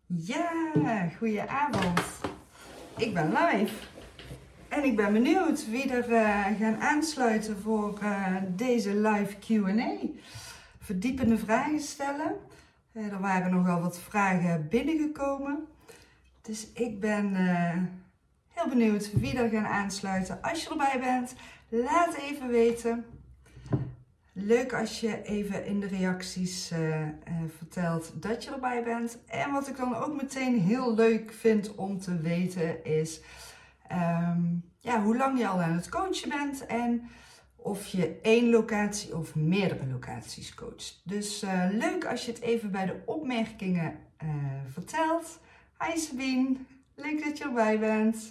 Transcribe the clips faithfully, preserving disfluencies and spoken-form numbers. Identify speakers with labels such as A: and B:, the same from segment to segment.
A: Ja, goedenavond. Ik ben live. En ik ben benieuwd wie er uh, gaan aansluiten voor uh, deze live Q en A. Verdiepende vragen stellen. Uh, er waren nogal wat vragen binnengekomen. Dus ik ben uh, heel benieuwd wie er gaan aansluiten. Als je erbij bent, laat even weten. Leuk als je even in de reacties uh, uh, vertelt dat je erbij bent. En wat ik dan ook meteen heel leuk vind om te weten is um, ja, hoe lang je al aan het coachen bent en of je één locatie of meerdere locaties coacht. Dus uh, leuk als je het even bij de opmerkingen uh, vertelt. Hi Sabine, leuk dat je erbij bent.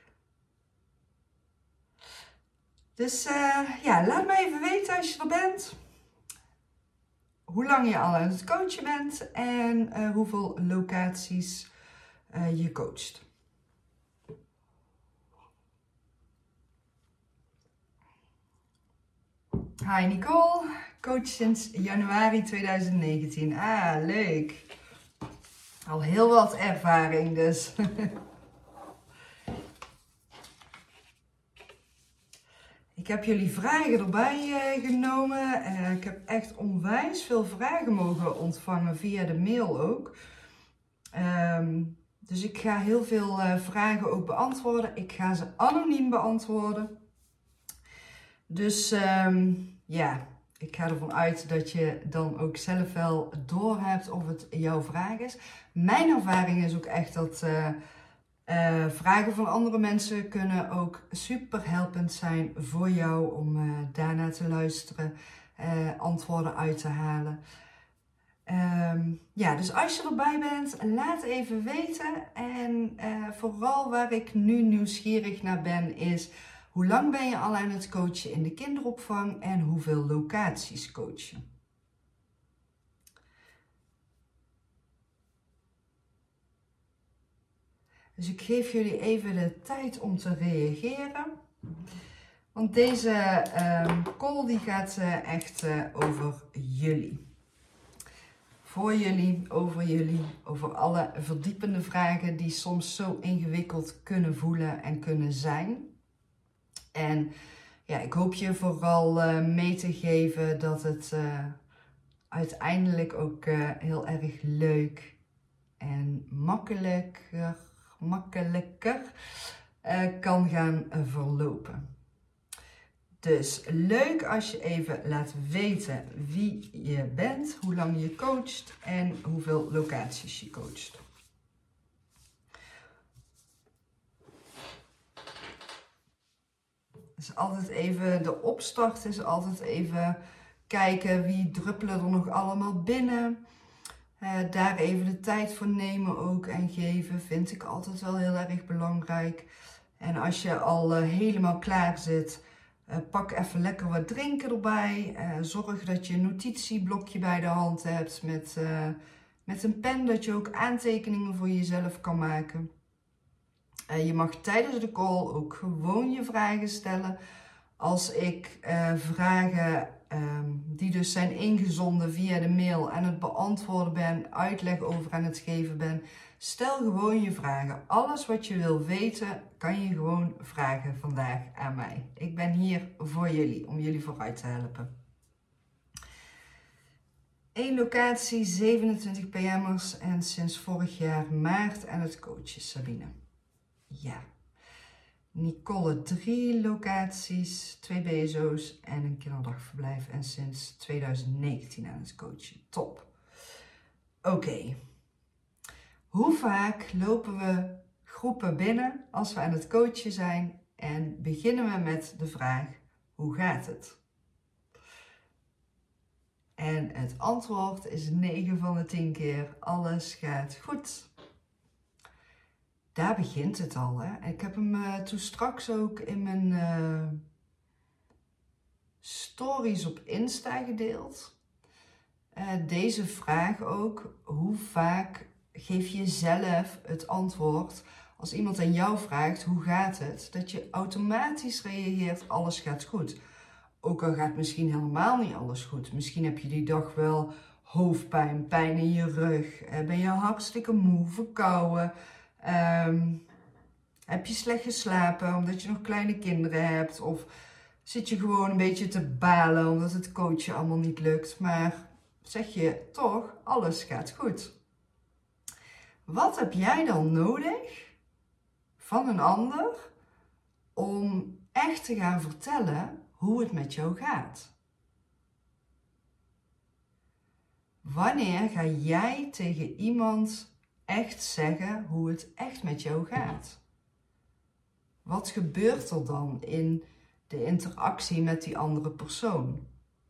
A: Dus uh, ja, laat me even weten als je er bent, hoe lang je al aan het coachen bent en uh, hoeveel locaties uh, je coacht. Hi Nicole, coach sinds januari tweeduizend negentien. Ah, leuk. Al heel wat ervaring dus. Ik heb jullie vragen erbij uh, genomen. Uh, ik heb echt onwijs veel vragen mogen ontvangen via de mail ook. Um, dus ik ga heel veel uh, vragen ook beantwoorden. Ik ga ze anoniem beantwoorden. Dus um, ja, ik ga ervan uit dat je dan ook zelf wel doorhebt of het jouw vraag is. Mijn ervaring is ook echt dat Uh, Uh, vragen van andere mensen kunnen ook super helpend zijn voor jou om uh, daarna te luisteren, uh, antwoorden uit te halen. Um, ja, dus als je erbij bent, laat even weten. En uh, vooral waar ik nu nieuwsgierig naar ben is, hoe lang ben je al aan het coachen in de kinderopvang en hoeveel locaties coach je? Dus ik geef jullie even de tijd om te reageren. Want deze um, call die gaat uh, echt uh, over jullie. Voor jullie, over jullie, over alle verdiepende vragen die soms zo ingewikkeld kunnen voelen en kunnen zijn. En ja, ik hoop je vooral uh, mee te geven dat het uh, uiteindelijk ook uh, heel erg leuk en makkelijker makkelijker uh, kan gaan uh, verlopen. Dus leuk als je even laat weten wie je bent, hoe lang je coacht en hoeveel locaties je coacht. Dus altijd even, de opstart is altijd even kijken wie druppelen er nog allemaal binnen. Uh, daar even de tijd voor nemen ook en geven vind ik altijd wel heel erg belangrijk. En als je al uh, helemaal klaar zit, uh, pak even lekker wat drinken erbij. Uh, zorg dat je een notitieblokje bij de hand hebt met, uh, met een pen, dat je ook aantekeningen voor jezelf kan maken. Uh, je mag tijdens de call ook gewoon je vragen stellen. Als ik uh, vragen um, die dus zijn ingezonden via de mail aan het beantwoorden ben, uitleg over aan het geven ben, stel gewoon je vragen. Alles wat je wil weten, kan je gewoon vragen vandaag aan mij. Ik ben hier voor jullie, om jullie vooruit te helpen. Eén locatie, zevenentwintig P M'ers en sinds vorig jaar maart aan het coachen, Sabine. Ja. Nicole, drie locaties, twee B S O's en een kinderdagverblijf en sinds tweeduizend negentien aan het coachen. Top. Oké. Okay. Hoe vaak lopen we groepen binnen als we aan het coachen zijn en beginnen we met de vraag, hoe gaat het? En het antwoord is negen van de tien keer, alles gaat goed. Daar begint het al. Hè? Ik heb hem uh, toen straks ook in mijn uh, stories op Insta gedeeld. Uh, deze vraag ook, hoe vaak geef je zelf het antwoord als iemand aan jou vraagt, hoe gaat het? Dat je automatisch reageert, alles gaat goed. Ook al gaat misschien helemaal niet alles goed. Misschien heb je die dag wel hoofdpijn, pijn in je rug? Uh, ben je hartstikke moe, verkouden? Um, heb je slecht geslapen omdat je nog kleine kinderen hebt? Of zit je gewoon een beetje te balen omdat het coachen allemaal niet lukt? Maar zeg je toch, alles gaat goed. Wat heb jij dan nodig van een ander om echt te gaan vertellen hoe het met jou gaat? Wanneer ga jij tegen iemand echt zeggen hoe het echt met jou gaat? Wat gebeurt er dan in de interactie met die andere persoon?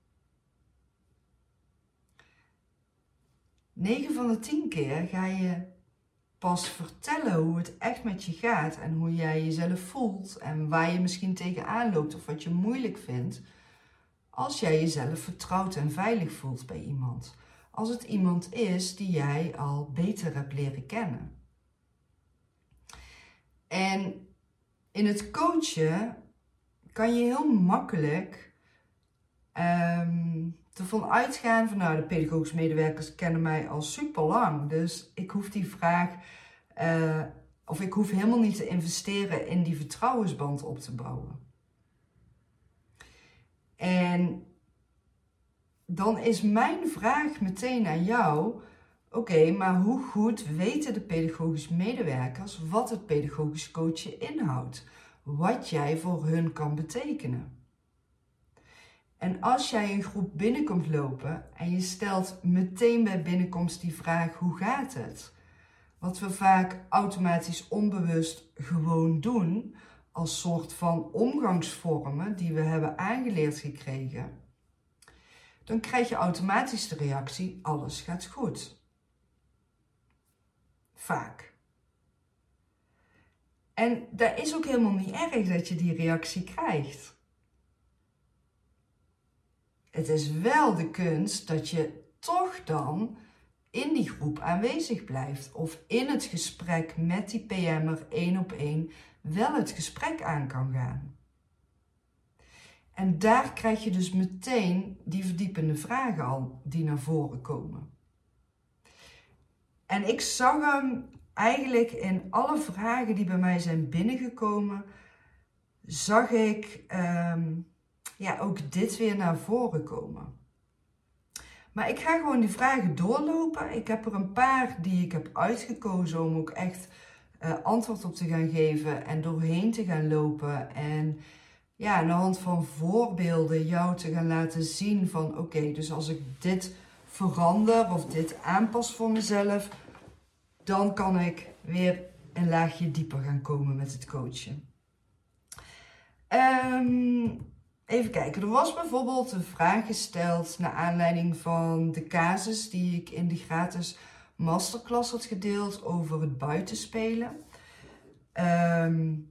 A: negen van de tien keer ga je pas vertellen hoe het echt met je gaat en hoe jij jezelf voelt en waar je misschien tegenaan loopt of wat je moeilijk vindt, als jij jezelf vertrouwd en veilig voelt bij iemand. Als het iemand is die jij al beter hebt leren kennen. En in het coachen kan je heel makkelijk um, ervan uitgaan van, nou, de pedagogische medewerkers kennen mij al super lang, dus ik hoef die vraag, uh, of ik hoef helemaal niet te investeren in die vertrouwensband op te bouwen. En dan is mijn vraag meteen aan jou, oké, okay, maar hoe goed weten de pedagogische medewerkers wat het pedagogisch coachen inhoudt? Wat jij voor hun kan betekenen? En als jij een groep binnenkomt lopen en je stelt meteen bij binnenkomst die vraag, hoe gaat het? Wat we vaak automatisch onbewust gewoon doen, als soort van omgangsvormen die we hebben aangeleerd gekregen, dan krijg je automatisch de reactie, alles gaat goed. Vaak. En dat is ook helemaal niet erg dat je die reactie krijgt. Het is wel de kunst dat je toch dan in die groep aanwezig blijft. Of in het gesprek met die P M'er één op één wel het gesprek aan kan gaan. En daar krijg je dus meteen die verdiepende vragen al die naar voren komen. En ik zag hem eigenlijk in alle vragen die bij mij zijn binnengekomen, zag ik um, ja, ook dit weer naar voren komen. Maar ik ga gewoon die vragen doorlopen. Ik heb er een paar die ik heb uitgekozen om ook echt uh, antwoord op te gaan geven en doorheen te gaan lopen. En ja, aan de hand van voorbeelden jou te gaan laten zien van oké, okay, dus als ik dit verander of dit aanpas voor mezelf, dan kan ik weer een laagje dieper gaan komen met het coachen. Um, even kijken, er was bijvoorbeeld een vraag gesteld naar aanleiding van de casus die ik in de gratis masterclass had gedeeld over het buitenspelen. Um,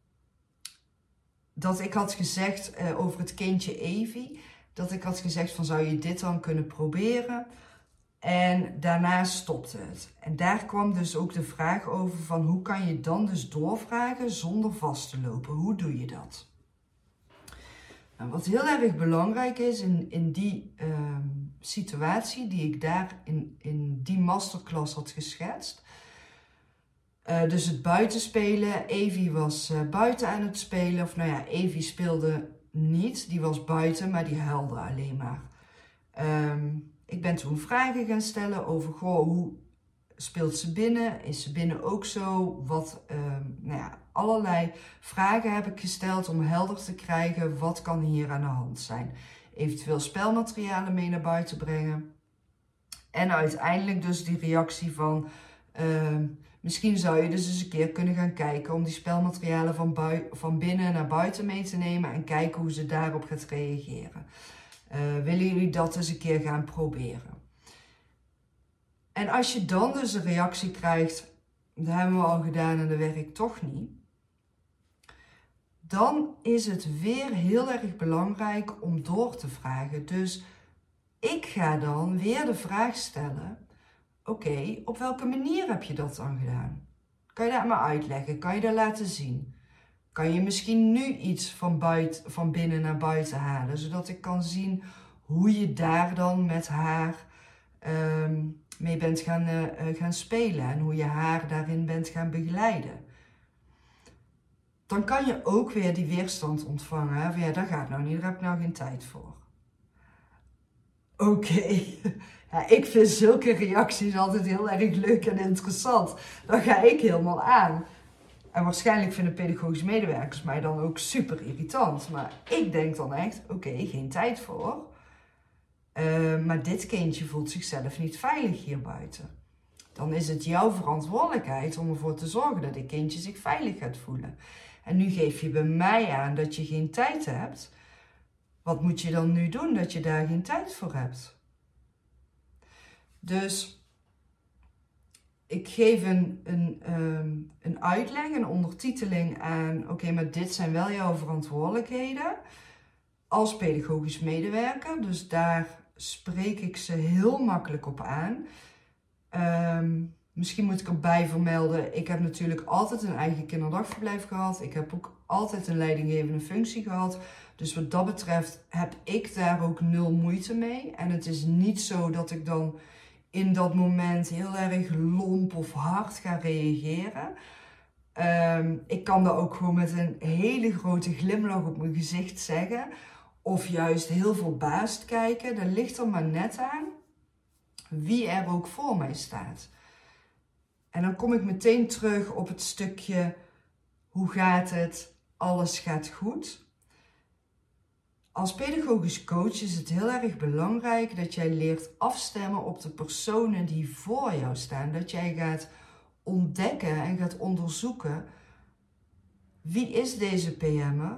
A: dat ik had gezegd uh, over het kindje Evie, dat ik had gezegd van, zou je dit dan kunnen proberen? En daarna stopte het. En daar kwam dus ook de vraag over van, hoe kan je dan dus doorvragen zonder vast te lopen? Hoe doe je dat? Nou, wat heel erg belangrijk is in, in die uh, situatie die ik daar in, in die masterclass had geschetst. Uh, dus het buitenspelen. Evie was uh, buiten aan het spelen. Of nou ja, Evie speelde niet. Die was buiten, maar die huilde alleen maar. Um, ik ben toen vragen gaan stellen over, goh, hoe speelt ze binnen? Is ze binnen ook zo? Wat, um, nou ja, allerlei vragen heb ik gesteld om helder te krijgen, wat kan hier aan de hand zijn? Eventueel spelmaterialen mee naar buiten brengen. En uiteindelijk dus die reactie van, uh, misschien zou je dus eens een keer kunnen gaan kijken om die spelmaterialen van, bui- van binnen naar buiten mee te nemen en kijken hoe ze daarop gaat reageren. Uh, willen jullie dat eens een keer gaan proberen? En als je dan dus een reactie krijgt, dat hebben we al gedaan en dat werkt toch niet, dan is het weer heel erg belangrijk om door te vragen. Dus ik ga dan weer de vraag stellen, oké, okay, op welke manier heb je dat dan gedaan? Kan je dat maar uitleggen? Kan je dat laten zien? Kan je misschien nu iets van, buiten, van binnen naar buiten halen, zodat ik kan zien hoe je daar dan met haar um, mee bent gaan, uh, gaan spelen en hoe je haar daarin bent gaan begeleiden. Dan kan je ook weer die weerstand ontvangen. Van ja, dat gaat nou niet, daar heb ik nou geen tijd voor. Oké, okay. Ja, ik vind zulke reacties altijd heel erg leuk en interessant. Dan ga ik helemaal aan. En waarschijnlijk vinden pedagogische medewerkers mij dan ook super irritant. Maar ik denk dan echt, oké, okay, geen tijd voor. Uh, maar dit kindje voelt zichzelf niet veilig hier buiten. Dan is het jouw verantwoordelijkheid om ervoor te zorgen dat dit kindje zich veilig gaat voelen. En nu geef je bij mij aan dat je geen tijd hebt. Wat moet je dan nu doen dat je daar geen tijd voor hebt? Dus ik geef een, een, um, een uitleg, een ondertiteling aan, oké, okay, maar dit zijn wel jouw verantwoordelijkheden als pedagogisch medewerker. Dus daar spreek ik ze heel makkelijk op aan. Um, misschien moet ik erbij vermelden, ik heb natuurlijk altijd een eigen kinderdagverblijf gehad. Ik heb ook altijd een leidinggevende functie gehad. Dus wat dat betreft heb ik daar ook nul moeite mee. En het is niet zo dat ik dan in dat moment heel erg lomp of hard ga reageren. Um, ik kan dat ook gewoon met een hele grote glimlach op mijn gezicht zeggen. Of juist heel verbaasd kijken. Dat ligt er maar net aan wie er ook voor mij staat. En dan kom ik meteen terug op het stukje, hoe gaat het? Alles gaat goed. Als pedagogisch coach is het heel erg belangrijk dat jij leert afstemmen op de personen die voor jou staan. Dat jij gaat ontdekken en gaat onderzoeken, wie is deze P M'er?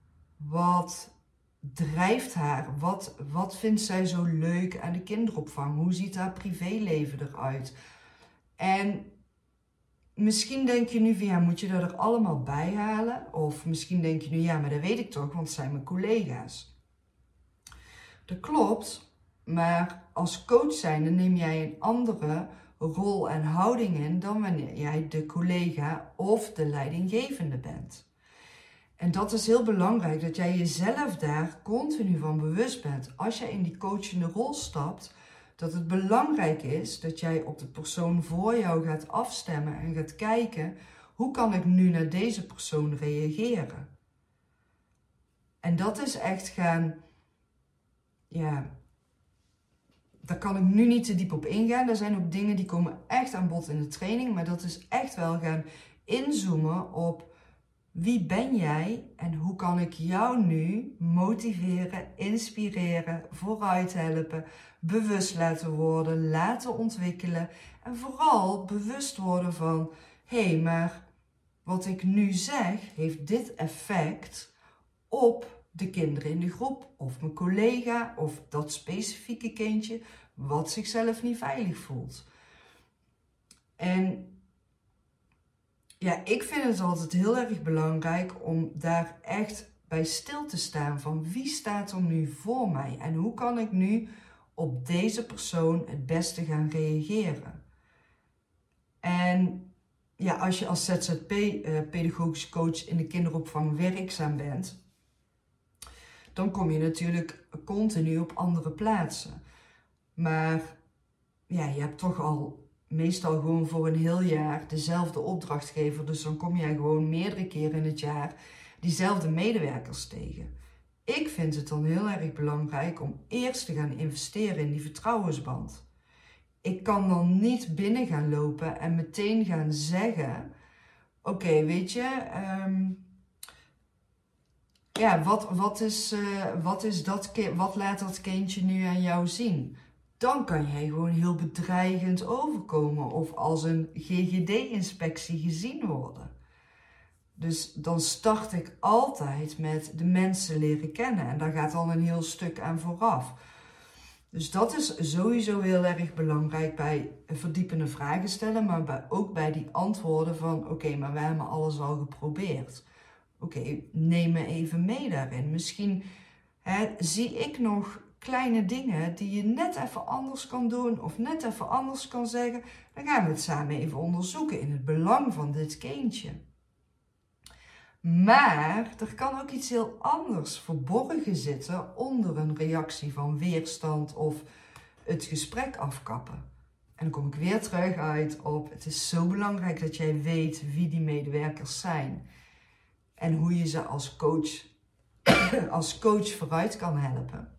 A: Wat drijft haar? Wat, wat vindt zij zo leuk aan de kinderopvang? Hoe ziet haar privéleven eruit? En misschien denk je nu van ja, moet je dat er allemaal bij halen? Of misschien denk je nu ja, maar dat weet ik toch, want het zijn mijn collega's. Dat klopt, maar als coach zijnde neem jij een andere rol en houding in dan wanneer jij de collega of de leidinggevende bent. En dat is heel belangrijk, dat jij jezelf daar continu van bewust bent. Als jij in die coachende rol stapt, dat het belangrijk is dat jij op de persoon voor jou gaat afstemmen en gaat kijken, hoe kan ik nu naar deze persoon reageren? En dat is echt gaan, ja, daar kan ik nu niet te diep op ingaan. Er zijn ook dingen die komen echt aan bod in de training, maar dat is echt wel gaan inzoomen op wie ben jij en hoe kan ik jou nu motiveren, inspireren, vooruit helpen, bewust laten worden, laten ontwikkelen en vooral bewust worden van, hé, hey, maar wat ik nu zeg heeft dit effect op de kinderen in de groep of mijn collega of dat specifieke kindje wat zichzelf niet veilig voelt. En ja, ik vind het altijd heel erg belangrijk om daar echt bij stil te staan van wie staat er nu voor mij en hoe kan ik nu op deze persoon het beste gaan reageren. En ja, als je als Z Z P uh, pedagogisch coach in de kinderopvang werkzaam bent, dan kom je natuurlijk continu op andere plaatsen. Maar ja, je hebt toch al meestal gewoon voor een heel jaar dezelfde opdrachtgever. Dus dan kom jij gewoon meerdere keren in het jaar diezelfde medewerkers tegen. Ik vind het dan heel erg belangrijk om eerst te gaan investeren in die vertrouwensband. Ik kan dan niet binnen gaan lopen en meteen gaan zeggen, oké, okay, weet je, um, ja, wat, wat, is, uh, wat, is dat kind, wat laat dat kindje nu aan jou zien? Dan kan jij gewoon heel bedreigend overkomen of als een G G D-inspectie gezien worden. Dus dan start ik altijd met de mensen leren kennen en daar gaat al een heel stuk aan vooraf. Dus dat is sowieso heel erg belangrijk bij verdiepende vragen stellen, maar bij, ook bij die antwoorden van oké, okay, maar we hebben alles al geprobeerd. Oké, okay, neem me even mee daarin. Misschien hè, zie ik nog kleine dingen die je net even anders kan doen of net even anders kan zeggen. Dan gaan we het samen even onderzoeken in het belang van dit kindje. Maar er kan ook iets heel anders verborgen zitten onder een reactie van weerstand of het gesprek afkappen. En dan kom ik weer terug uit op, het is zo belangrijk dat jij weet wie die medewerkers zijn. En hoe je ze als coach, als coach vooruit kan helpen.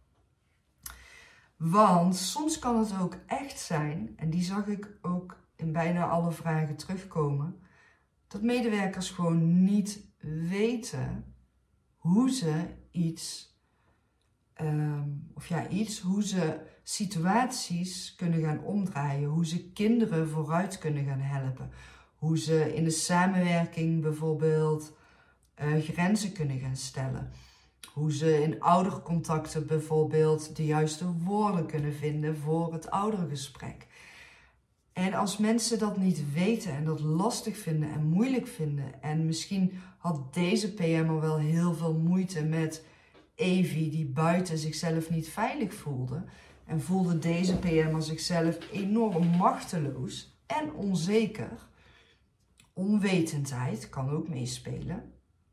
A: Want soms kan het ook echt zijn, en die zag ik ook in bijna alle vragen terugkomen, dat medewerkers gewoon niet weten hoe ze iets, um, of ja, iets, hoe ze situaties kunnen gaan omdraaien, hoe ze kinderen vooruit kunnen gaan helpen, hoe ze in de samenwerking bijvoorbeeld uh, grenzen kunnen gaan stellen. Hoe ze in oudercontacten bijvoorbeeld de juiste woorden kunnen vinden voor het oudergesprek. En als mensen dat niet weten en dat lastig vinden en moeilijk vinden. En misschien had deze P M'er wel heel veel moeite met Evie die buiten zichzelf niet veilig voelde. En voelde deze P M'er zichzelf enorm machteloos en onzeker. Onwetendheid kan ook meespelen.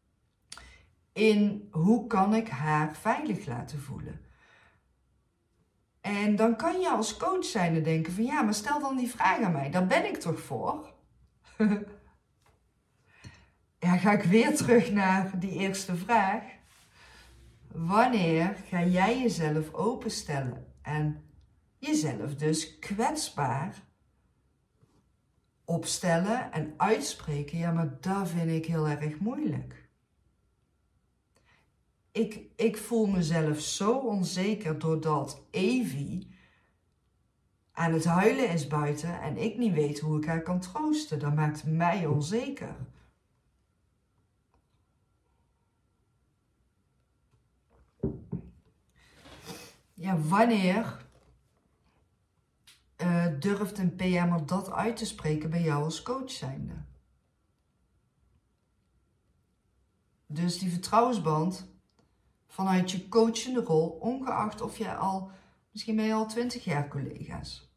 A: In hoe kan ik haar veilig laten voelen? En dan kan je als coach zijn en denken van ja, maar stel dan die vraag aan mij. Daar ben ik toch voor? Ja, ga ik weer terug naar die eerste vraag. Wanneer ga jij jezelf openstellen en jezelf dus kwetsbaar opstellen en uitspreken? Ja, maar dat vind ik heel erg moeilijk. Ik, ik voel mezelf zo onzeker doordat Evie aan het huilen is buiten en ik niet weet hoe ik haar kan troosten. Dat maakt mij onzeker. Ja, wanneer uh, durft een P M'er dat uit te spreken bij jou als coach zijnde? Dus die vertrouwensband vanuit je coachende rol, ongeacht of je al, misschien ben je al twintig jaar collega's.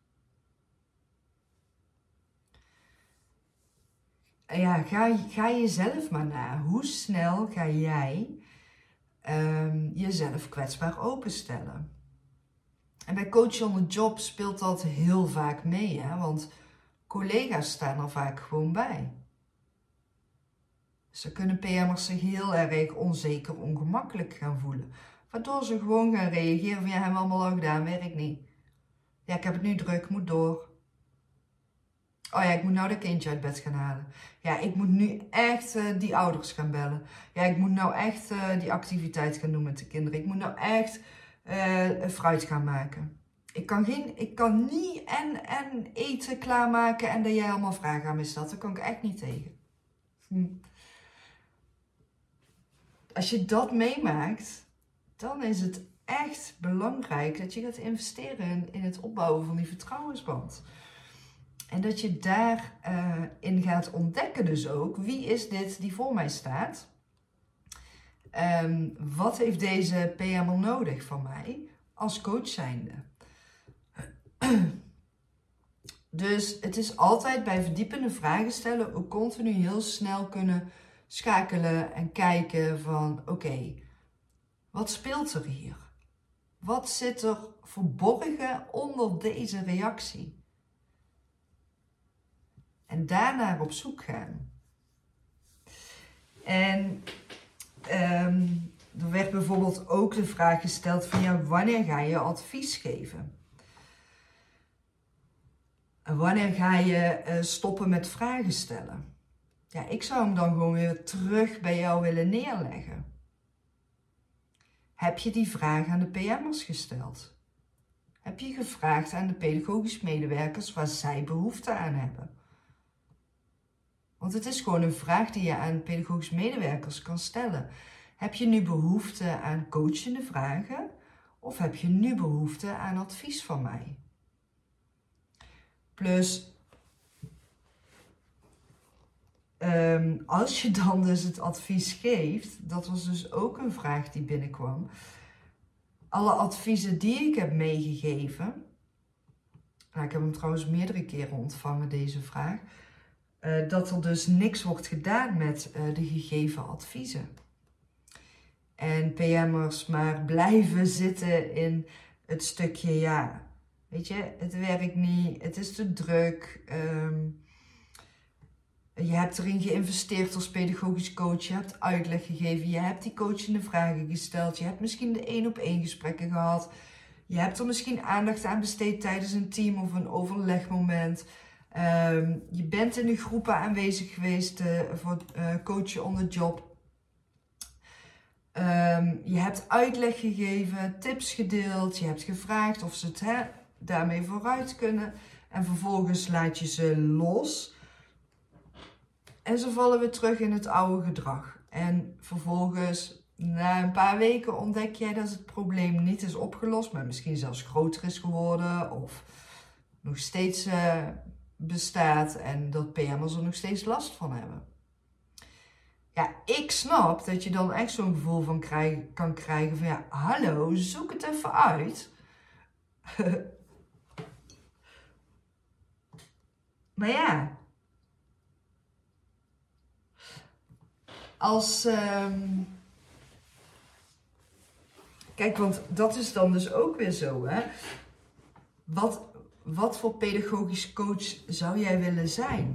A: En ja, ga, ga jezelf maar na. Hoe snel ga jij um, jezelf kwetsbaar openstellen? En bij Coach on the Job speelt dat heel vaak mee, hè? Want collega's staan er vaak gewoon bij. Ze kunnen P M'ers zich heel erg onzeker, ongemakkelijk gaan voelen. Waardoor ze gewoon gaan reageren van ja, hebben we allemaal al gedaan, werkt niet. Ja, ik heb het nu druk, moet door. Oh ja, ik moet nou dat kindje uit bed gaan halen. Ja, ik moet nu echt uh, die ouders gaan bellen. Ja, ik moet nou echt uh, die activiteit gaan doen met de kinderen. Ik moet nou echt uh, fruit gaan maken. Ik kan, geen, ik kan niet en, en eten klaarmaken en dat jij allemaal vragen aan me stelt. Daar kan ik echt niet tegen. Hm. Als je dat meemaakt, dan is het echt belangrijk dat je gaat investeren in, in het opbouwen van die vertrouwensband. En dat je daarin uh, gaat ontdekken dus ook, wie is dit die voor mij staat? Um, wat heeft deze P M'er nodig van mij als coach zijnde? Dus het is altijd bij verdiepende vragen stellen ook continu heel snel kunnen schakelen en kijken van oké, okay, wat speelt er hier? Wat zit er verborgen onder deze reactie? En daarnaar op zoek gaan. En um, er werd bijvoorbeeld ook de vraag gesteld van ja, wanneer ga je advies geven? En wanneer ga je uh, stoppen met vragen stellen? Ja, ik zou hem dan gewoon weer terug bij jou willen neerleggen. Heb je die vraag aan de P M'ers gesteld? Heb je gevraagd aan de pedagogisch medewerkers waar zij behoefte aan hebben? Want het is gewoon een vraag die je aan pedagogisch medewerkers kan stellen. Heb je nu behoefte aan coachende vragen? Of heb je nu behoefte aan advies van mij? Plus, um, als je dan dus het advies geeft, dat was dus ook een vraag die binnenkwam. Alle adviezen die ik heb meegegeven, nou, ik heb hem trouwens meerdere keren ontvangen, deze vraag, uh, dat er dus niks wordt gedaan met uh, de gegeven adviezen. En P M'ers maar blijven zitten in het stukje, ja, Weet je, het werkt niet, het is te druk. Um, je hebt erin geïnvesteerd als pedagogisch coach, je hebt uitleg gegeven, je hebt die coachende vragen gesteld, je hebt misschien de één op één gesprekken gehad. Je hebt er misschien aandacht aan besteed tijdens een team of een overlegmoment. Um, je bent in de groepen aanwezig geweest uh, voor uh, coachen on the job. Um, je hebt uitleg gegeven, tips gedeeld. Je hebt gevraagd of ze het hè, daarmee vooruit kunnen. En vervolgens laat je ze los. En ze vallen weer terug in het oude gedrag. En vervolgens, na een paar weken, ontdek jij dat het probleem niet is opgelost. Maar misschien zelfs groter is geworden. Of nog steeds uh, bestaat. En dat P M'ers er nog steeds last van hebben. Ja, ik snap dat je dan echt zo'n gevoel van krijg, kan krijgen van ja, hallo, zoek het even uit. Maar ja, als, um... kijk, want dat is dan dus ook weer zo, hè. Wat, wat voor pedagogisch coach zou jij willen zijn?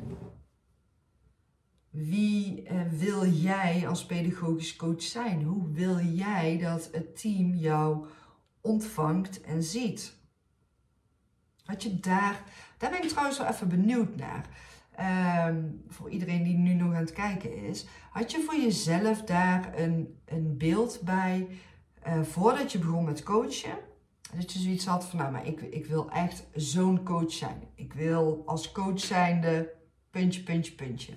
A: Wie eh, wil jij als pedagogisch coach zijn? Hoe wil jij dat het team jou ontvangt en ziet? Had je daar, daar ben ik trouwens wel even benieuwd naar. Um, voor iedereen die nu nog aan het kijken is. Had je voor jezelf daar een, een beeld bij uh, voordat je begon met coachen? Dat je zoiets had van, nou, maar ik, ik wil echt zo'n coach zijn. Ik wil als coach zijnde, puntje, puntje, puntje.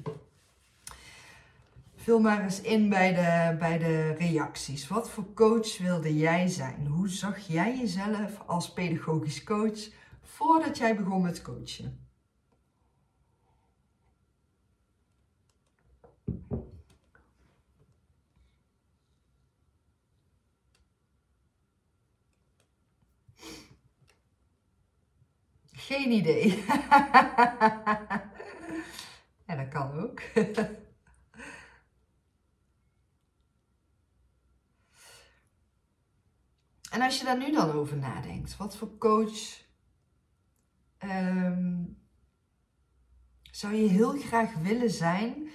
A: Vul maar eens in bij de, bij de reacties. Wat voor coach wilde jij zijn? Hoe zag jij jezelf als pedagogisch coach voordat jij begon met coachen? Geen idee. Ja, dat kan ook. En als je daar nu dan over nadenkt, wat voor coach um, zou je heel graag willen zijn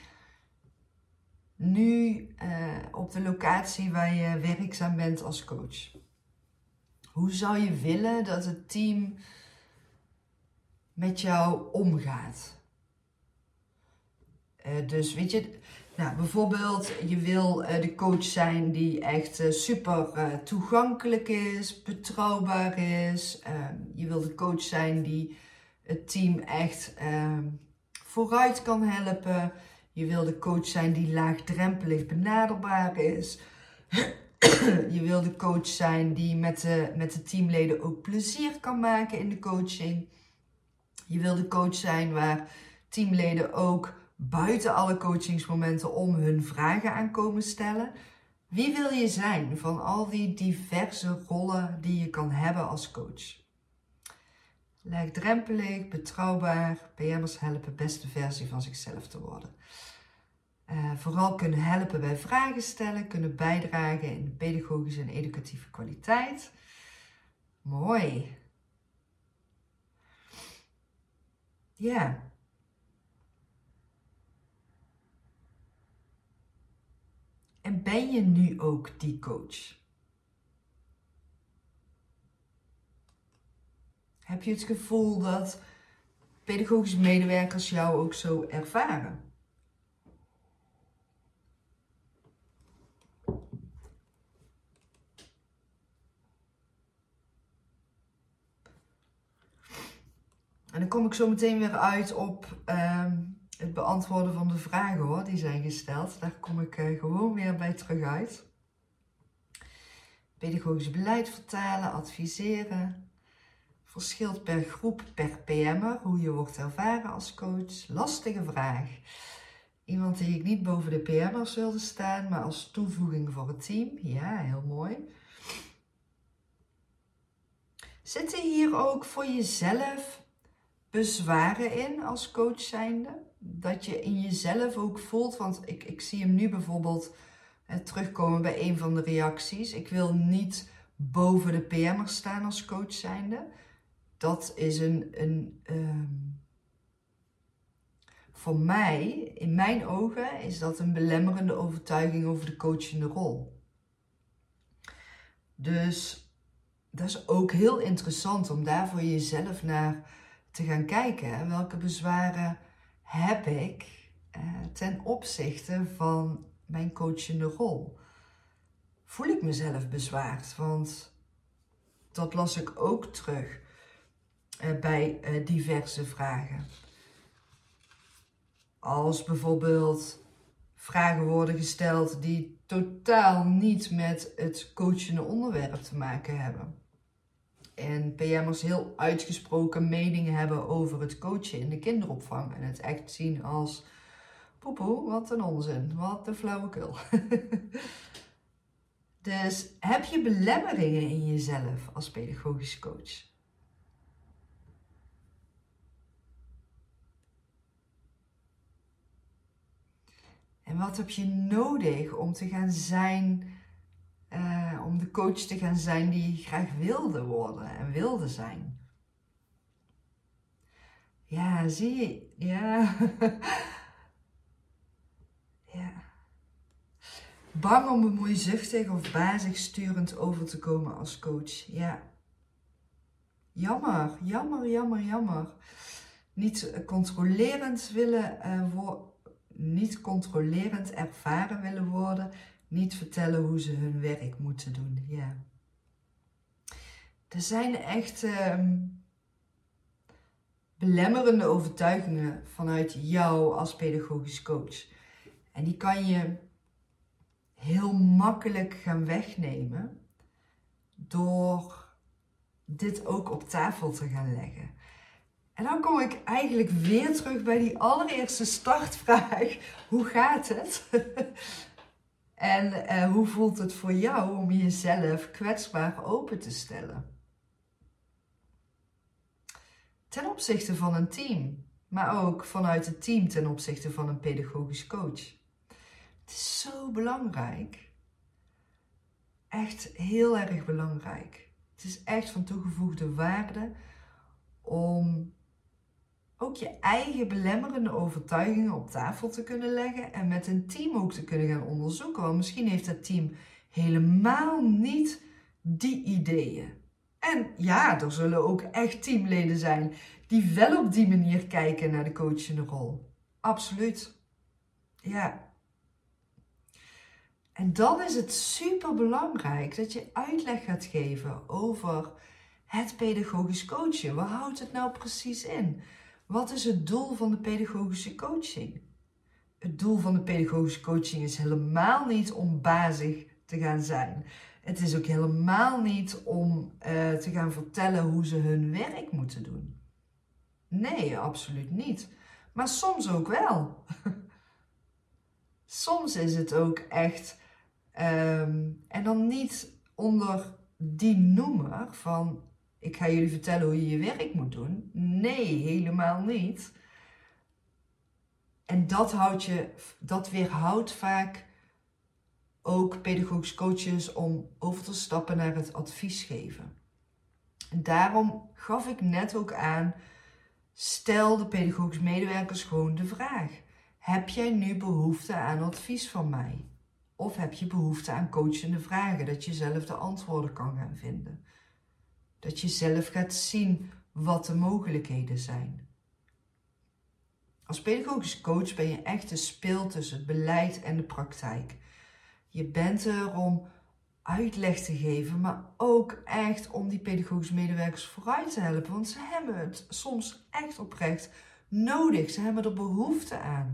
A: nu uh, op de locatie waar je werkzaam bent als coach? Hoe zou je willen dat het team met jou omgaat? Uh, dus weet je, nou, bijvoorbeeld je wil uh, de coach zijn die echt uh, super uh, toegankelijk is, betrouwbaar is. Uh, je wil de coach zijn die het team echt uh, vooruit kan helpen. Je wil de coach zijn die laagdrempelig benaderbaar is. Je wil de coach zijn die met de, met de teamleden ook plezier kan maken in de coaching. Je wil de coach zijn waar teamleden ook buiten alle coachingsmomenten om hun vragen aan komen stellen. Wie wil je zijn van al die diverse rollen die je kan hebben als coach? Laagdrempelig, betrouwbaar, P M'ers helpen beste versie van zichzelf te worden. Uh, vooral kunnen helpen bij vragen stellen, kunnen bijdragen in de pedagogische en educatieve kwaliteit. Mooi. Ja. En ben je nu ook die coach? Heb je het gevoel dat pedagogische medewerkers jou ook zo ervaren? En dan kom ik zo meteen weer uit op um, het beantwoorden van de vragen hoor, die zijn gesteld. Daar kom ik uh, gewoon weer bij terug uit. Pedagogisch beleid vertalen, adviseren. Verschilt per groep, per P M'er, hoe je wordt ervaren als coach. Lastige vraag. Iemand die ik niet boven de P M'ers wilde staan, maar als toevoeging voor het team. Ja, heel mooi. Zitten hier ook voor jezelf bezwaren in als coach zijnde? Dat je in jezelf ook voelt, want ik, ik zie hem nu bijvoorbeeld eh, terugkomen bij een van de reacties. Ik wil niet boven de P M'ers staan als coach zijnde. dat is een, een um, voor mij, in mijn ogen, is dat een belemmerende overtuiging over de coachende rol. Dus dat is ook heel interessant om daar voor jezelf naar te gaan kijken. Welke bezwaren heb ik uh, ten opzichte van mijn coachende rol? Voel ik mezelf bezwaard? Want dat las ik ook terug uh, bij uh, diverse vragen. Als bijvoorbeeld vragen worden gesteld die totaal niet met het coachende onderwerp te maken hebben. En P M'ers heel uitgesproken meningen hebben over het coachen in de kinderopvang. En het echt zien als, poepoe, wat een onzin, wat een flauwekul. Dus heb je belemmeringen in jezelf als pedagogisch coach? En wat heb je nodig om te gaan zijn, uh, om de coach te gaan zijn die je graag wilde worden en wilde zijn? Ja, zie je, ja. ja. Bang om bemoeizuchtig of bazigssturend over te komen als coach. Ja. Jammer, jammer, jammer, jammer. Niet controlerend willen uh, worden. Niet controlerend ervaren willen worden, niet vertellen hoe ze hun werk moeten doen. Ja. Er zijn echt uh, belemmerende overtuigingen vanuit jou als pedagogisch coach. En die kan je heel makkelijk gaan wegnemen door dit ook op tafel te gaan leggen. En dan kom ik eigenlijk weer terug bij die allereerste startvraag. Hoe gaat het? en uh, hoe voelt het voor jou om jezelf kwetsbaar open te stellen? Ten opzichte van een team, maar ook vanuit het team ten opzichte van een pedagogisch coach. Het is zo belangrijk. Echt heel erg belangrijk. Het is echt van toegevoegde waarde om ook je eigen belemmerende overtuigingen op tafel te kunnen leggen en met een team ook te kunnen gaan onderzoeken. Want misschien heeft dat team helemaal niet die ideeën. En ja, er zullen ook echt teamleden zijn die wel op die manier kijken naar de coachende rol. Absoluut. Ja. En dan is het super belangrijk dat je uitleg gaat geven over het pedagogisch coachen. Waar houdt het nou precies in? Wat is het doel van de pedagogische coaching? Het doel van de pedagogische coaching is helemaal niet om bazig te gaan zijn. Het is ook helemaal niet om uh, te gaan vertellen hoe ze hun werk moeten doen. Nee, absoluut niet. Maar soms ook wel. Soms is het ook echt, um, en dan niet onder die noemer van ik ga jullie vertellen hoe je je werk moet doen. Nee, helemaal niet. En dat, houdt je, dat weerhoudt vaak ook pedagogisch coaches om over te stappen naar het advies geven. En daarom gaf ik net ook aan, stel de pedagogisch medewerkers gewoon de vraag. Heb jij nu behoefte aan advies van mij? Of heb je behoefte aan coachende vragen, dat je zelf de antwoorden kan gaan vinden? Dat je zelf gaat zien wat de mogelijkheden zijn. Als pedagogisch coach ben je echt de spil tussen het beleid en de praktijk. Je bent er om uitleg te geven, maar ook echt om die pedagogische medewerkers vooruit te helpen. Want ze hebben het soms echt oprecht nodig. Ze hebben er behoefte aan.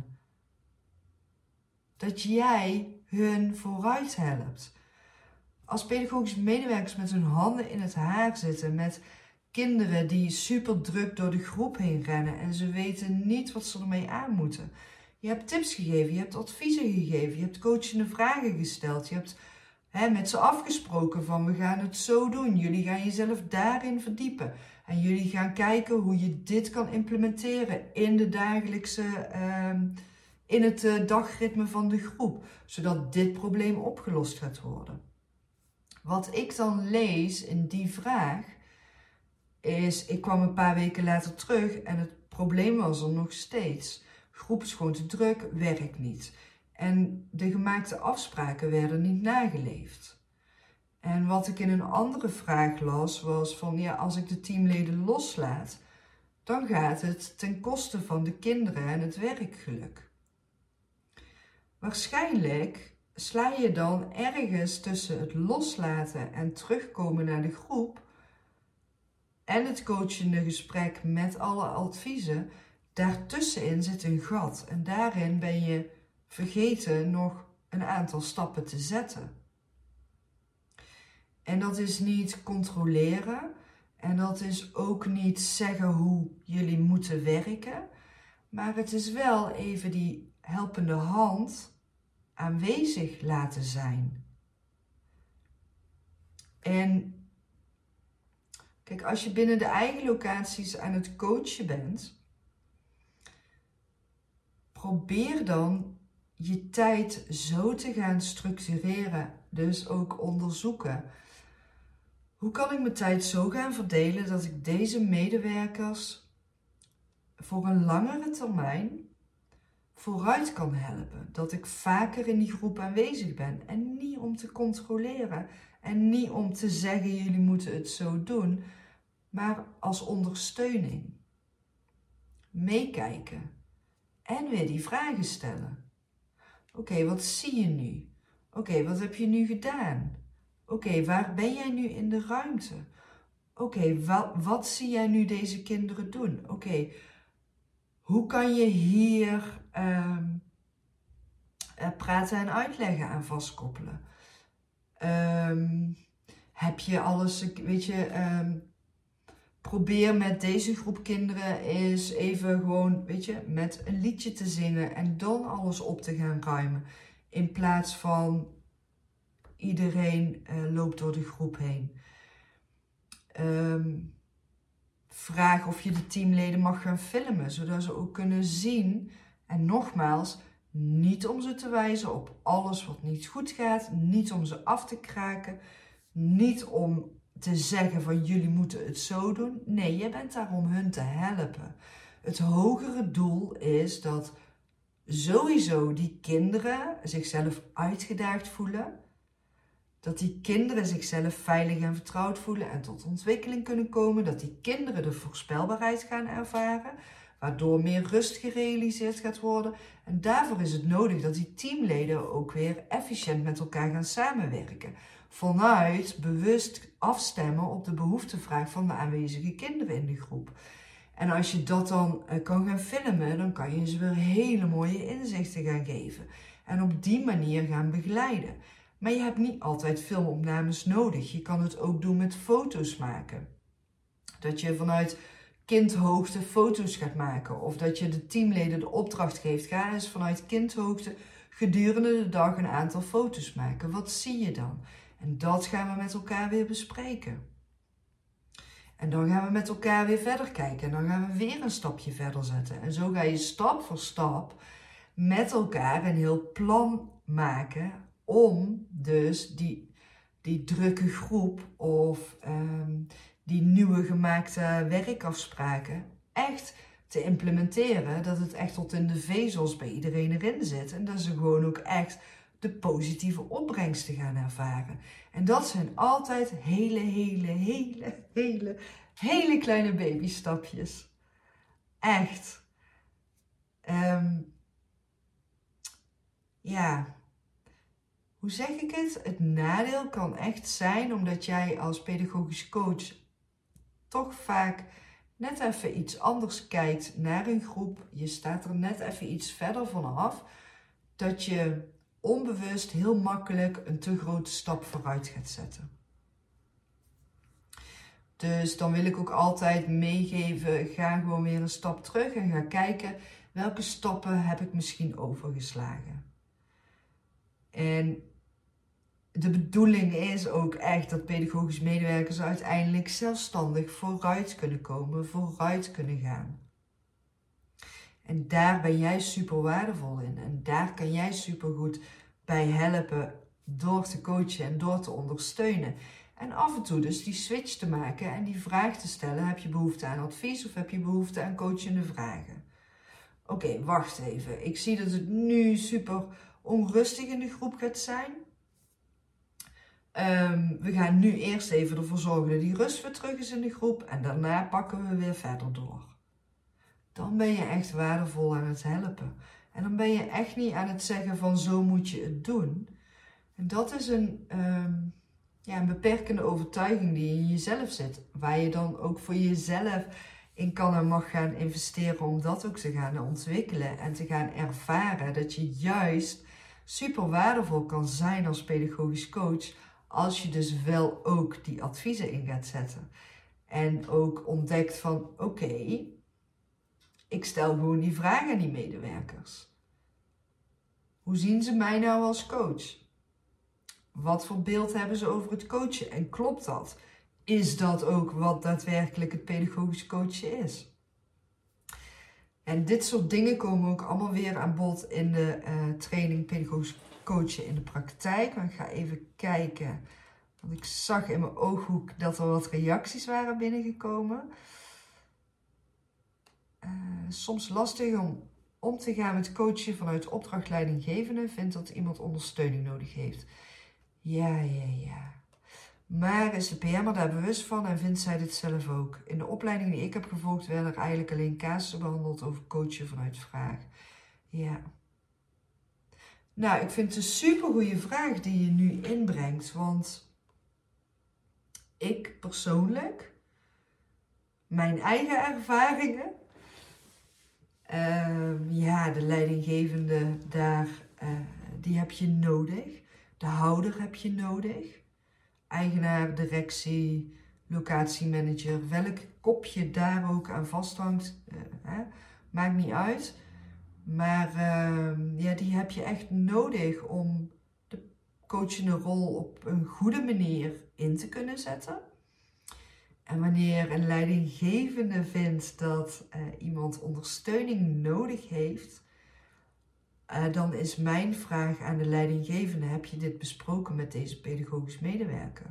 A: Dat jij hun vooruit helpt. Als pedagogische medewerkers met hun handen in het haar zitten, met kinderen die super druk door de groep heen rennen en ze weten niet wat ze ermee aan moeten. Je hebt tips gegeven, je hebt adviezen gegeven, je hebt coachende vragen gesteld, je hebt hè, met ze afgesproken van we gaan het zo doen, jullie gaan jezelf daarin verdiepen en jullie gaan kijken hoe je dit kan implementeren in de dagelijkse, uh, in het uh, dagritme van de groep, zodat dit probleem opgelost gaat worden. Wat ik dan lees in die vraag is, ik kwam een paar weken later terug en het probleem was er nog steeds. Groep is gewoon te druk, werkt niet. En de gemaakte afspraken werden niet nageleefd. En wat ik in een andere vraag las was van, ja, als ik de teamleden loslaat, dan gaat het ten koste van de kinderen en het werkgeluk. Waarschijnlijk sla je dan ergens tussen het loslaten en terugkomen naar de groep en het coachende gesprek met alle adviezen, daartussenin zit een gat. En daarin ben je vergeten nog een aantal stappen te zetten. En dat is niet controleren. En dat is ook niet zeggen hoe jullie moeten werken. Maar het is wel even die helpende hand aanwezig laten zijn. En kijk, als je binnen de eigen locaties aan het coachen bent, probeer dan je tijd zo te gaan structureren. Dus ook onderzoeken. Hoe kan ik mijn tijd zo gaan verdelen dat ik deze medewerkers voor een langere termijn vooruit kan helpen? Dat ik vaker in die groep aanwezig ben. En niet om te controleren. En niet om te zeggen, jullie moeten het zo doen. Maar als ondersteuning. Meekijken. En weer die vragen stellen. Oké, okay, wat zie je nu? Oké, okay, wat heb je nu gedaan? Oké, okay, waar ben jij nu in de ruimte? Oké, okay, wat, wat zie jij nu deze kinderen doen? Oké, okay, hoe kan je hier um, uh, praten en uitleggen aan vastkoppelen? Um, heb je alles, weet je, um, probeer met deze groep kinderen eens even gewoon, weet je, met een liedje te zingen en dan alles op te gaan ruimen. In plaats van iedereen uh, loopt door de groep heen. Um, vraag of je de teamleden mag gaan filmen, zodat ze ook kunnen zien. En nogmaals, niet om ze te wijzen op alles wat niet goed gaat. Niet om ze af te kraken. Niet om te zeggen van jullie moeten het zo doen. Nee, je bent daar om hun te helpen. Het hogere doel is dat sowieso die kinderen zichzelf uitgedaagd voelen. Dat die kinderen zichzelf veilig en vertrouwd voelen en tot ontwikkeling kunnen komen. Dat die kinderen de voorspelbaarheid gaan ervaren, waardoor meer rust gerealiseerd gaat worden. En daarvoor is het nodig dat die teamleden ook weer efficiënt met elkaar gaan samenwerken. Vanuit bewust afstemmen op de behoeftevraag van de aanwezige kinderen in de groep. En als je dat dan kan gaan filmen, dan kan je ze weer hele mooie inzichten gaan geven. En op die manier gaan begeleiden. Maar je hebt niet altijd filmopnames nodig. Je kan het ook doen met foto's maken. Dat je vanuit kindhoogte foto's gaat maken. Of dat je de teamleden de opdracht geeft. Ga eens vanuit kindhoogte gedurende de dag een aantal foto's maken. Wat zie je dan? En dat gaan we met elkaar weer bespreken. En dan gaan we met elkaar weer verder kijken. En dan gaan we weer een stapje verder zetten. En zo ga je stap voor stap met elkaar een heel plan maken om dus die, die drukke groep of um, die nieuwe gemaakte werkafspraken echt te implementeren. Dat het echt tot in de vezels bij iedereen erin zit. En dat ze gewoon ook echt de positieve opbrengsten gaan ervaren. En dat zijn altijd hele, hele, hele, hele, hele kleine babystapjes. Echt. Um, ja... Hoe zeg ik het? Het nadeel kan echt zijn omdat jij als pedagogisch coach toch vaak net even iets anders kijkt naar een groep. Je staat er net even iets verder vanaf. Dat je onbewust heel makkelijk een te grote stap vooruit gaat zetten. Dus dan wil ik ook altijd meegeven, ga gewoon weer een stap terug en ga kijken welke stappen heb ik misschien overgeslagen. En de bedoeling is ook echt dat pedagogische medewerkers uiteindelijk zelfstandig vooruit kunnen komen, vooruit kunnen gaan. En daar ben jij super waardevol in. En daar kan jij super goed bij helpen door te coachen en door te ondersteunen. En af en toe dus die switch te maken en die vraag te stellen. Heb je behoefte aan advies of heb je behoefte aan coachende vragen? Oké, okay, wacht even. Ik zie dat het nu super onrustig in de groep gaat zijn. Um, we gaan nu eerst even ervoor zorgen dat die rust weer terug is in de groep. En daarna pakken we weer verder door. Dan ben je echt waardevol aan het helpen. En dan ben je echt niet aan het zeggen van zo moet je het doen. En dat is een, um, ja, een beperkende overtuiging die in jezelf zit. Waar je dan ook voor jezelf in kan en mag gaan investeren om dat ook te gaan ontwikkelen. En te gaan ervaren dat je juist super waardevol kan zijn als pedagogisch coach. Als je dus wel ook die adviezen in gaat zetten. En ook ontdekt van oké, okay, ik stel gewoon die vragen aan die medewerkers. Hoe zien ze mij nou als coach? Wat voor beeld hebben ze over het coachen? En klopt dat? Is dat ook wat daadwerkelijk het pedagogisch coachen is? En dit soort dingen komen ook allemaal weer aan bod in de uh, training pedagogisch coachen in de praktijk. Maar ik ga even kijken. Want ik zag in mijn ooghoek dat er wat reacties waren binnengekomen. Uh, soms lastig om om te gaan met coachen vanuit opdrachtleidinggevende. Vindt dat iemand ondersteuning nodig heeft. Ja, ja, ja. Maar is de P M er daar bewust van en vindt zij dit zelf ook? In de opleiding die ik heb gevolgd werden er eigenlijk alleen casussen behandeld over coachen vanuit vraag. Ja. Nou, ik vind het een supergoeie vraag die je nu inbrengt. Want ik persoonlijk, mijn eigen ervaringen, uh, ja, de leidinggevende daar, uh, die heb je nodig. De houder heb je nodig. Eigenaar, directie, locatiemanager, welk kopje daar ook aan vasthangt, uh, hè, maakt niet uit. Maar uh, ja, die heb je echt nodig om de coachende rol op een goede manier in te kunnen zetten. En wanneer een leidinggevende vindt dat uh, iemand ondersteuning nodig heeft, uh, dan is mijn vraag aan de leidinggevende: heb je dit besproken met deze pedagogisch medewerker?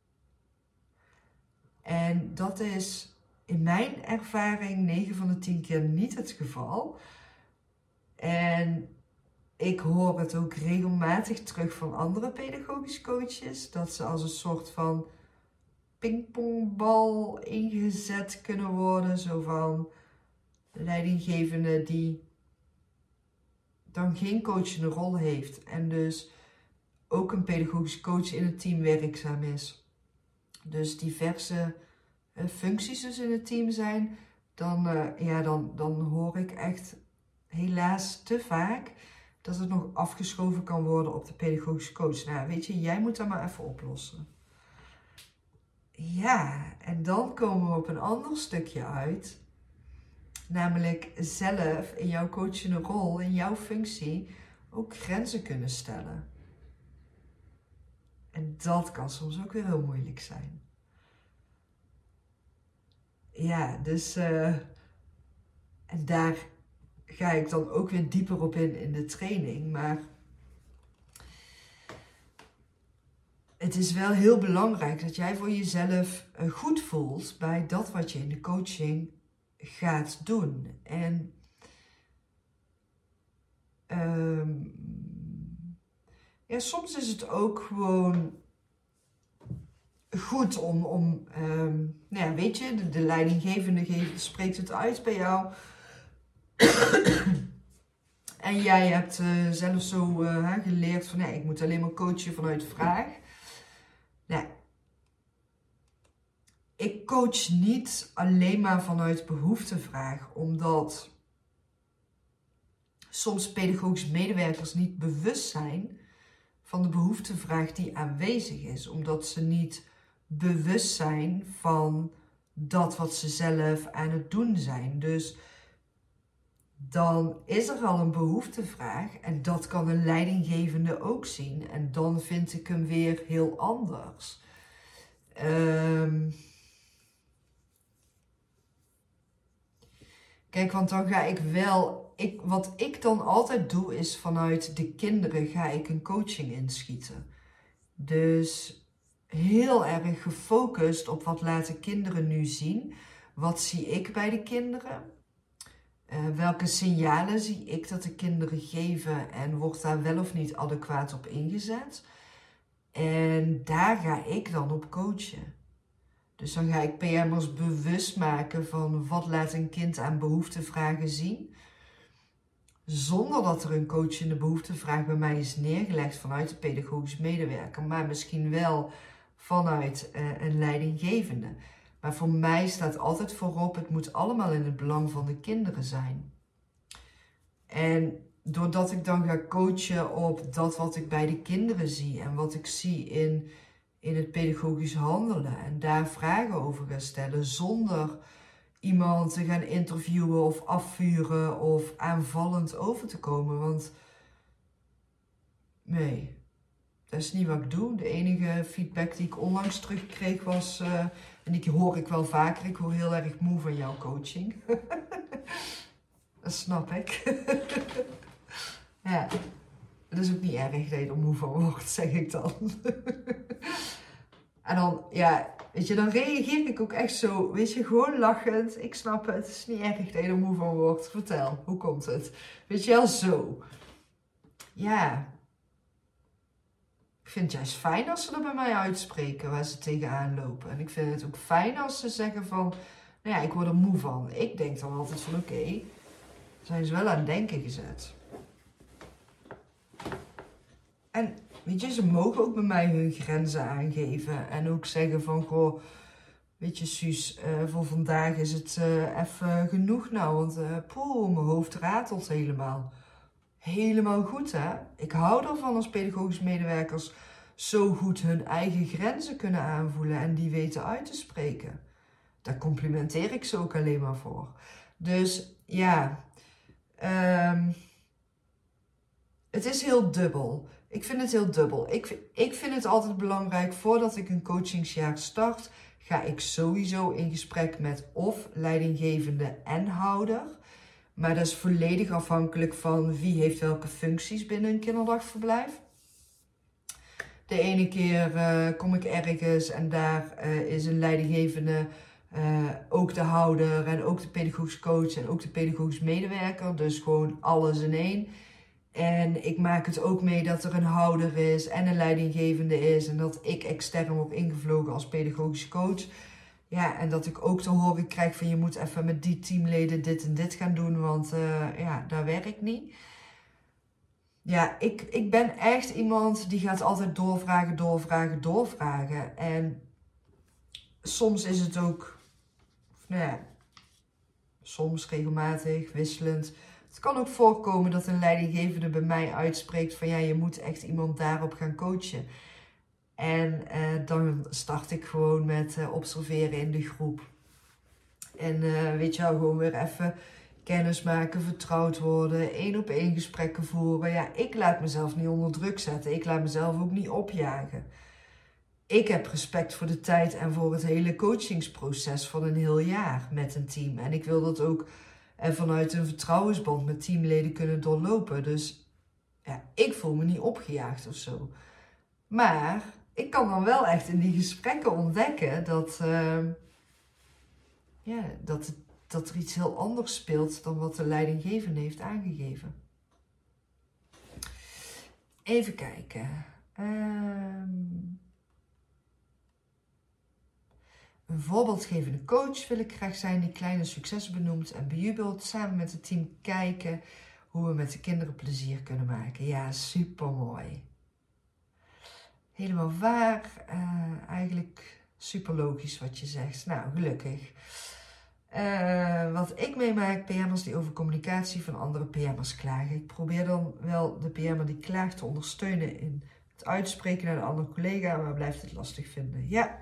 A: En dat is in mijn ervaring negen van de tien keer niet het geval. En ik hoor het ook regelmatig terug van andere pedagogisch coaches, dat ze als een soort van pingpongbal ingezet kunnen worden. Zo van leidinggevende die dan geen coachende rol heeft en dus ook een pedagogisch coach in het team werkzaam is. Dus diverse uh, functies dus in het team zijn, dan, uh, ja, dan, dan hoor ik echt helaas te vaak dat het nog afgeschoven kan worden op de pedagogische coach. Nou, weet je, jij moet dat maar even oplossen. Ja, en dan komen we op een ander stukje uit. Namelijk zelf in jouw coachende rol, in jouw functie, ook grenzen kunnen stellen. En dat kan soms ook weer heel moeilijk zijn. Ja, dus uh, en daar ga ik dan ook weer dieper op in in de training. Maar het is wel heel belangrijk dat jij voor jezelf uh, goed voelt bij dat wat je in de coaching gaat doen. En um, ja, soms is het ook gewoon goed om, om um, nou ja, weet je, de, de leidinggevende geeft, spreekt het uit bij jou. En jij hebt uh, zelf zo uh, geleerd van, nee, ik moet alleen maar coachen vanuit vraag. Nou, ik coach niet alleen maar vanuit behoeftevraag, omdat soms pedagogische medewerkers niet bewust zijn van de behoeftevraag die aanwezig is. Omdat ze niet bewust zijn van dat wat ze zelf aan het doen zijn. Dus dan is er al een behoeftevraag en dat kan een leidinggevende ook zien. En dan vind ik hem weer heel anders. Um, kijk, want dan ga ik wel... Ik, wat ik dan altijd doe is vanuit de kinderen ga ik een coaching inschieten. Dus heel erg gefocust op wat laten kinderen nu zien. Wat zie ik bij de kinderen? Uh, welke signalen zie ik dat de kinderen geven en wordt daar wel of niet adequaat op ingezet? En daar ga ik dan op coachen. Dus dan ga ik P M'ers bewust maken van wat laat een kind aan behoeftevragen zien. Zonder dat er een coachende behoeftevraag bij mij is neergelegd vanuit de pedagogisch medewerker. Maar misschien wel vanuit uh, een leidinggevende. Maar voor mij staat altijd voorop, het moet allemaal in het belang van de kinderen zijn. En doordat ik dan ga coachen op dat wat ik bij de kinderen zie en wat ik zie in, in het pedagogisch handelen en daar vragen over ga stellen zonder iemand te gaan interviewen of afvuren of aanvallend over te komen. Want nee, dat is niet wat ik doe. De enige feedback die ik onlangs terugkreeg was, uh, en die hoor ik wel vaker, ik word heel erg moe van jouw coaching. Dat snap ik. Ja, dat is ook niet erg dat je er moe van wordt, zeg ik dan. En dan, ja, weet je, dan reageer ik ook echt zo, weet je, gewoon lachend. Ik snap het, het is niet erg dat je er moe van wordt. Vertel, hoe komt het? Weet je wel, zo. Ja. Ik vind het juist fijn als ze er bij mij uitspreken waar ze tegenaan lopen. En ik vind het ook fijn als ze zeggen van, nou ja, ik word er moe van. Ik denk dan altijd van, oké, okay, zijn ze wel aan het denken gezet. En weet je, ze mogen ook bij mij hun grenzen aangeven. En ook zeggen van, goh, weet je Suus, uh, voor vandaag is het uh, even genoeg nou. Want uh, poeh, mijn hoofd ratelt helemaal. Helemaal goed, hè? Ik hou ervan als pedagogisch medewerkers zo goed hun eigen grenzen kunnen aanvoelen en die weten uit te spreken. Daar complimenteer ik ze ook alleen maar voor. Dus ja, um, het is heel dubbel. Ik vind het heel dubbel. Ik, ik vind het altijd belangrijk, voordat ik een coachingsjaar start, ga ik sowieso in gesprek met of leidinggevende en houder. Maar dat is volledig afhankelijk van wie heeft welke functies binnen een kinderdagverblijf. De ene keer uh, kom ik ergens en daar uh, is een leidinggevende uh, ook de houder en ook de pedagogisch coach en ook de pedagogisch medewerker. Dus gewoon alles in één. En ik maak het ook mee dat er een houder is en een leidinggevende is en dat ik extern word ingevlogen als pedagogisch coach. Ja, en dat ik ook te horen krijg van je moet even met die teamleden dit en dit gaan doen, want uh, ja, dat werkt niet. Ja, ik, ik ben echt iemand die gaat altijd doorvragen, doorvragen, doorvragen. En soms is het ook, nou ja, soms regelmatig, wisselend. Het kan ook voorkomen dat een leidinggevende bij mij uitspreekt van ja, je moet echt iemand daarop gaan coachen. En uh, dan start ik gewoon met uh, observeren in de groep. En uh, weet je wel, gewoon weer even kennis maken, vertrouwd worden, één op één gesprekken voeren. Ja, ik laat mezelf niet onder druk zetten. Ik laat mezelf ook niet opjagen. Ik heb respect voor de tijd en voor het hele coachingsproces van een heel jaar met een team. En ik wil dat ook uh, vanuit een vertrouwensband met teamleden kunnen doorlopen. Dus ja, ik voel me niet opgejaagd of zo. Maar ik kan dan wel echt in die gesprekken ontdekken dat, uh, ja, dat, het, dat er iets heel anders speelt dan wat de leidinggevende heeft aangegeven. Even kijken. Um, een voorbeeldgevende coach wil ik graag zijn die kleine successen benoemt en bejubelt. Samen met het team kijken hoe we met de kinderen plezier kunnen maken. Ja, supermooi. Helemaal waar. Uh, eigenlijk super logisch wat je zegt. Nou, gelukkig. Uh, wat ik meemaak, P M'ers die over communicatie van andere P M'ers klagen. Ik probeer dan wel de P M'er die klaagt te ondersteunen in het uitspreken naar de andere collega, maar blijft het lastig vinden. Ja.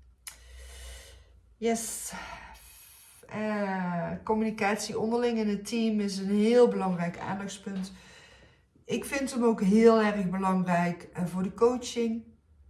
A: Yes. Uh, communicatie onderling in het team is een heel belangrijk aandachtspunt. Ik vind hem ook heel erg belangrijk uh, voor de coaching.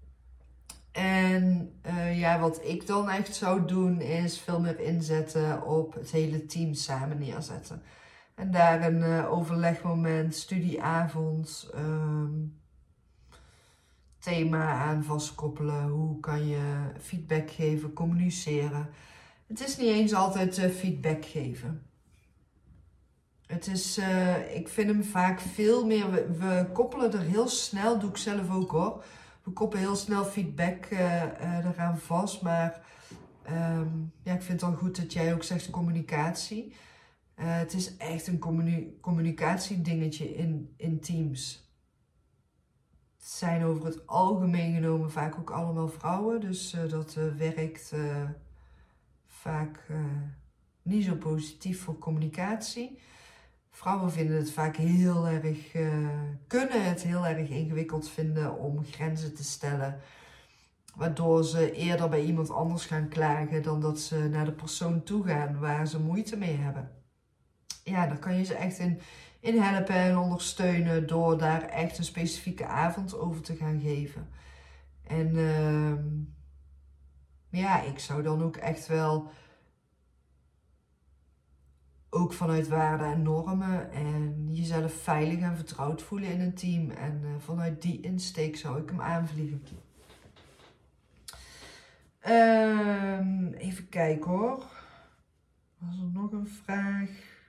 A: En uh, ja, wat ik dan echt zou doen is veel meer inzetten op het hele team samen neerzetten. En daar een uh, overlegmoment, studieavond, um, thema aan vastkoppelen. Hoe kan je feedback geven, communiceren. Het is niet eens altijd uh, feedback geven. Het is, uh, ik vind hem vaak veel meer, we, we koppelen er heel snel, doe ik zelf ook hoor. We koppelen heel snel feedback uh, uh, eraan vast, maar um, ja, ik vind het wel goed dat jij ook zegt communicatie. Uh, het is echt een communi- communicatiedingetje in, in teams. Het zijn over het algemeen genomen vaak ook allemaal vrouwen, dus uh, dat uh, werkt uh, vaak uh, niet zo positief voor communicatie. Vrouwen vinden het vaak heel erg, uh, kunnen het heel erg ingewikkeld vinden om grenzen te stellen. Waardoor ze eerder bij iemand anders gaan klagen dan dat ze naar de persoon toe gaan waar ze moeite mee hebben. Ja, daar kan je ze echt in, in helpen en ondersteunen door daar echt een specifieke avond over te gaan geven. En uh, ja, ik zou dan ook echt wel, ook vanuit waarden en normen en jezelf veilig en vertrouwd voelen in een team. En uh, vanuit die insteek zou ik hem aanvliegen. Uh, even kijken hoor. Was er nog een vraag?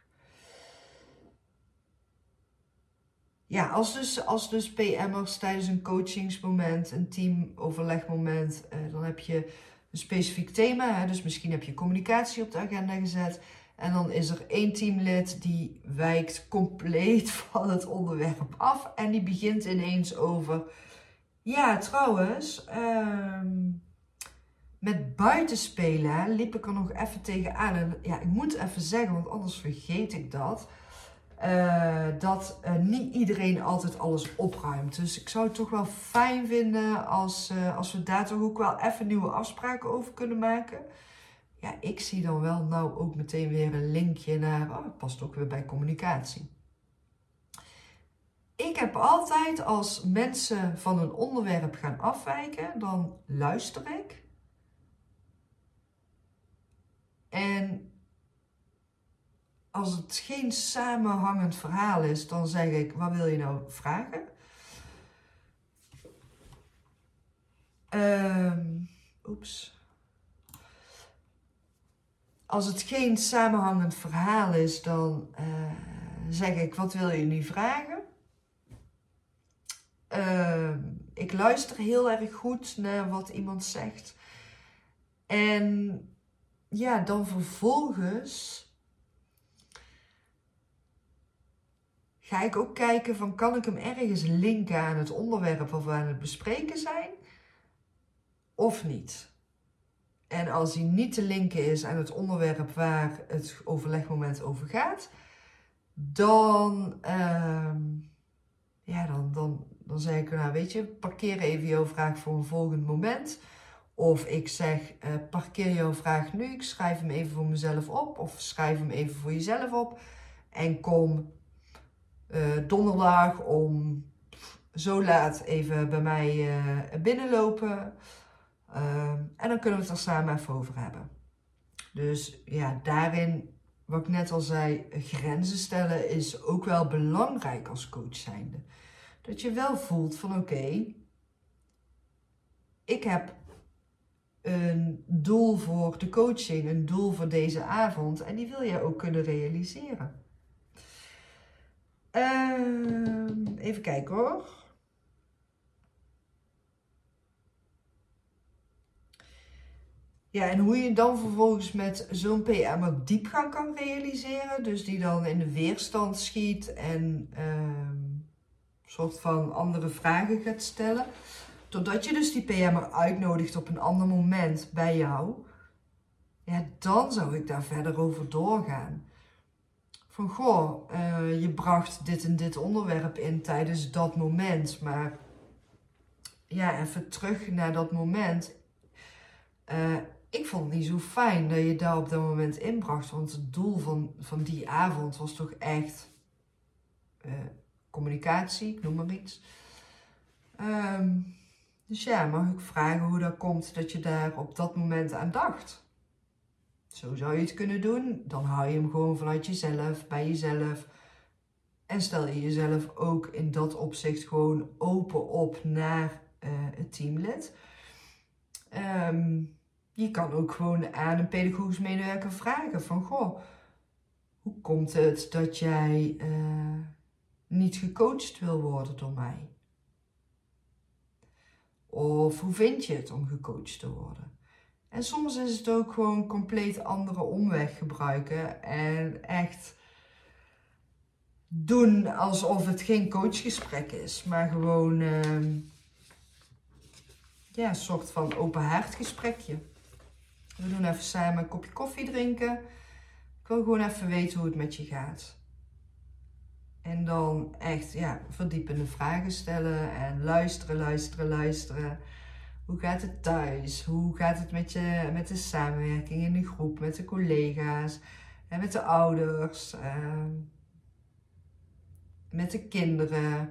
A: Ja, als dus, als dus P M'ers tijdens een coachingsmoment, een teamoverlegmoment, uh, dan heb je een specifiek thema. Hè? Dus misschien heb je communicatie op de agenda gezet. En dan is er één teamlid die wijkt compleet van het onderwerp af. En die begint ineens over, ja trouwens, uh, met buitenspelen liep ik er nog even tegenaan. En ja, ik moet even zeggen, want anders vergeet ik dat. Uh, dat uh, niet iedereen altijd alles opruimt. Dus ik zou het toch wel fijn vinden als, uh, als we daar toch ook wel even nieuwe afspraken over kunnen maken. Ja, ik zie dan wel nou ook meteen weer een linkje naar, oh, het past ook weer bij communicatie. Ik heb altijd, als mensen van een onderwerp gaan afwijken, dan luister ik. En als het geen samenhangend verhaal is, dan zeg ik, wat wil je nou vragen? Um, oeps. Als het geen samenhangend verhaal is, dan uh, zeg ik, wat wil je nu vragen? Uh, ik luister heel erg goed naar wat iemand zegt. En ja, dan vervolgens ga ik ook kijken van, kan ik hem ergens linken aan het onderwerp waar we aan het bespreken zijn? Of niet? En als hij niet te linken is aan het onderwerp waar het overlegmoment over gaat, dan, uh, ja, dan, dan, dan zeg ik, nou weet je, parkeer even jouw vraag voor een volgend moment. Of ik zeg, uh, parkeer jouw vraag nu, ik schrijf hem even voor mezelf op. Of schrijf hem even voor jezelf op. En kom uh, donderdag om zo laat even bij mij uh, binnenlopen. Uh, en dan kunnen we het er samen even over hebben. Dus ja, daarin, wat ik net al zei, grenzen stellen is ook wel belangrijk als coach zijnde. Dat je wel voelt van oké, okay, ik heb een doel voor de coaching, een doel voor deze avond en die wil jij ook kunnen realiseren. Uh, even kijken hoor. Ja, en hoe je dan vervolgens met zo'n P M'er diepgang kan realiseren. Dus die dan in de weerstand schiet en uh, een soort van andere vragen gaat stellen. Doordat je dus die P M'er uitnodigt op een ander moment bij jou. Ja, dan zou ik daar verder over doorgaan. Van goh, uh, je bracht dit en dit onderwerp in tijdens dat moment. Maar ja, even terug naar dat moment. Uh, Ik vond het niet zo fijn dat je daar op dat moment inbracht. Want het doel van, van die avond was toch echt uh, communicatie, ik noem maar iets. Um, dus ja, mag ik vragen hoe dat komt dat je daar op dat moment aan dacht? Zo zou je het kunnen doen. Dan hou je hem gewoon vanuit jezelf, bij jezelf. En stel je jezelf ook in dat opzicht gewoon open op naar uh, het teamlid. Um, je kan ook gewoon aan een pedagogisch medewerker vragen van, goh, hoe komt het dat jij uh, niet gecoacht wil worden door mij? Of hoe vind je het om gecoacht te worden? En soms is het ook gewoon een compleet andere omweg gebruiken en echt doen alsof het geen coachgesprek is, maar gewoon uh, ja, een soort van open haardgesprekje. We doen even samen een kopje koffie drinken. Ik wil gewoon even weten hoe het met je gaat. En dan echt ja, verdiepende vragen stellen en luisteren, luisteren, luisteren. Hoe gaat het thuis? Hoe gaat het met, je, met de samenwerking in de groep, met de collega's en met de ouders, uh, met de kinderen?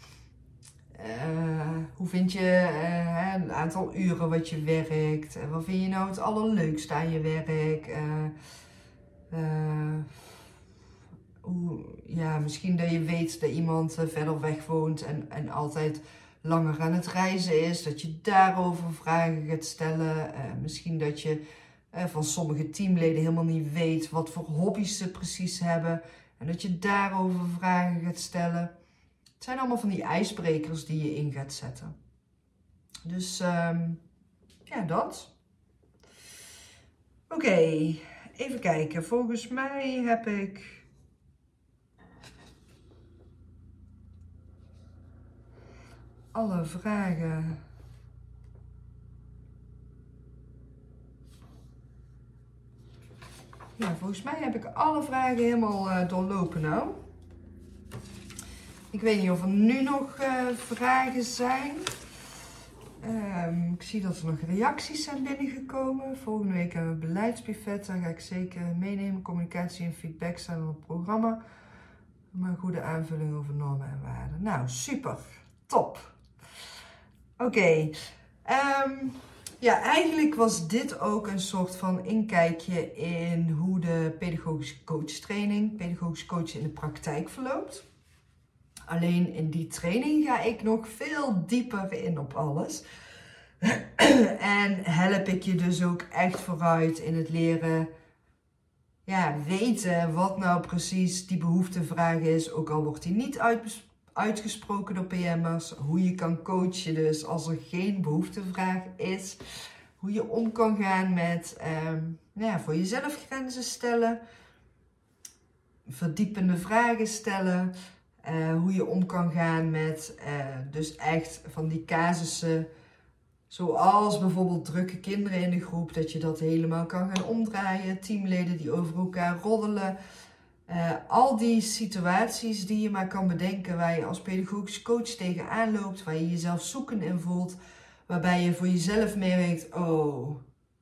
A: Uh, hoe vind je uh, een aantal uren wat je werkt? Uh, wat vind je nou het allerleukste aan je werk? Uh, uh, hoe, ja, misschien dat je weet dat iemand uh, verder weg woont en, en altijd langer aan het reizen is. Dat je daarover vragen gaat stellen. Uh, misschien dat je uh, van sommige teamleden helemaal niet weet wat voor hobby's ze precies hebben. En dat je daarover vragen gaat stellen. Het zijn allemaal van die ijsbrekers die je in gaat zetten. Dus um, ja, dat. Oké, okay, even kijken. Volgens mij heb ik alle vragen ja, volgens mij heb ik alle vragen helemaal uh, doorlopen nou. Ik weet niet of er nu nog uh, vragen zijn. Um, ik zie dat er nog reacties zijn binnengekomen. Volgende week hebben we beleidsbuffet. Daar ga ik zeker meenemen. Communicatie en feedback staan op het programma. Maar een goede aanvulling over normen en waarden. Nou, super. Top. Oké. Okay. Um, ja, eigenlijk was dit ook een soort van inkijkje in hoe de pedagogische coachtraining, pedagogisch coachen in de praktijk verloopt. Alleen in die training ga ik nog veel dieper in op alles. En help ik je dus ook echt vooruit in het leren ja, weten wat nou precies die behoeftevraag is. Ook al wordt die niet uit, uitgesproken door P M'ers. Hoe je kan coachen dus als er geen behoeftevraag is. Hoe je om kan gaan met um, ja, voor jezelf grenzen stellen. Verdiepende vragen stellen. Uh, hoe je om kan gaan met uh, dus echt van die casussen, zoals bijvoorbeeld drukke kinderen in de groep, dat je dat helemaal kan gaan omdraaien, teamleden die over elkaar roddelen. Uh, al die situaties die je maar kan bedenken waar je als pedagogisch coach tegenaan loopt, waar je jezelf zoekend in voelt, waarbij je voor jezelf merkt, oh,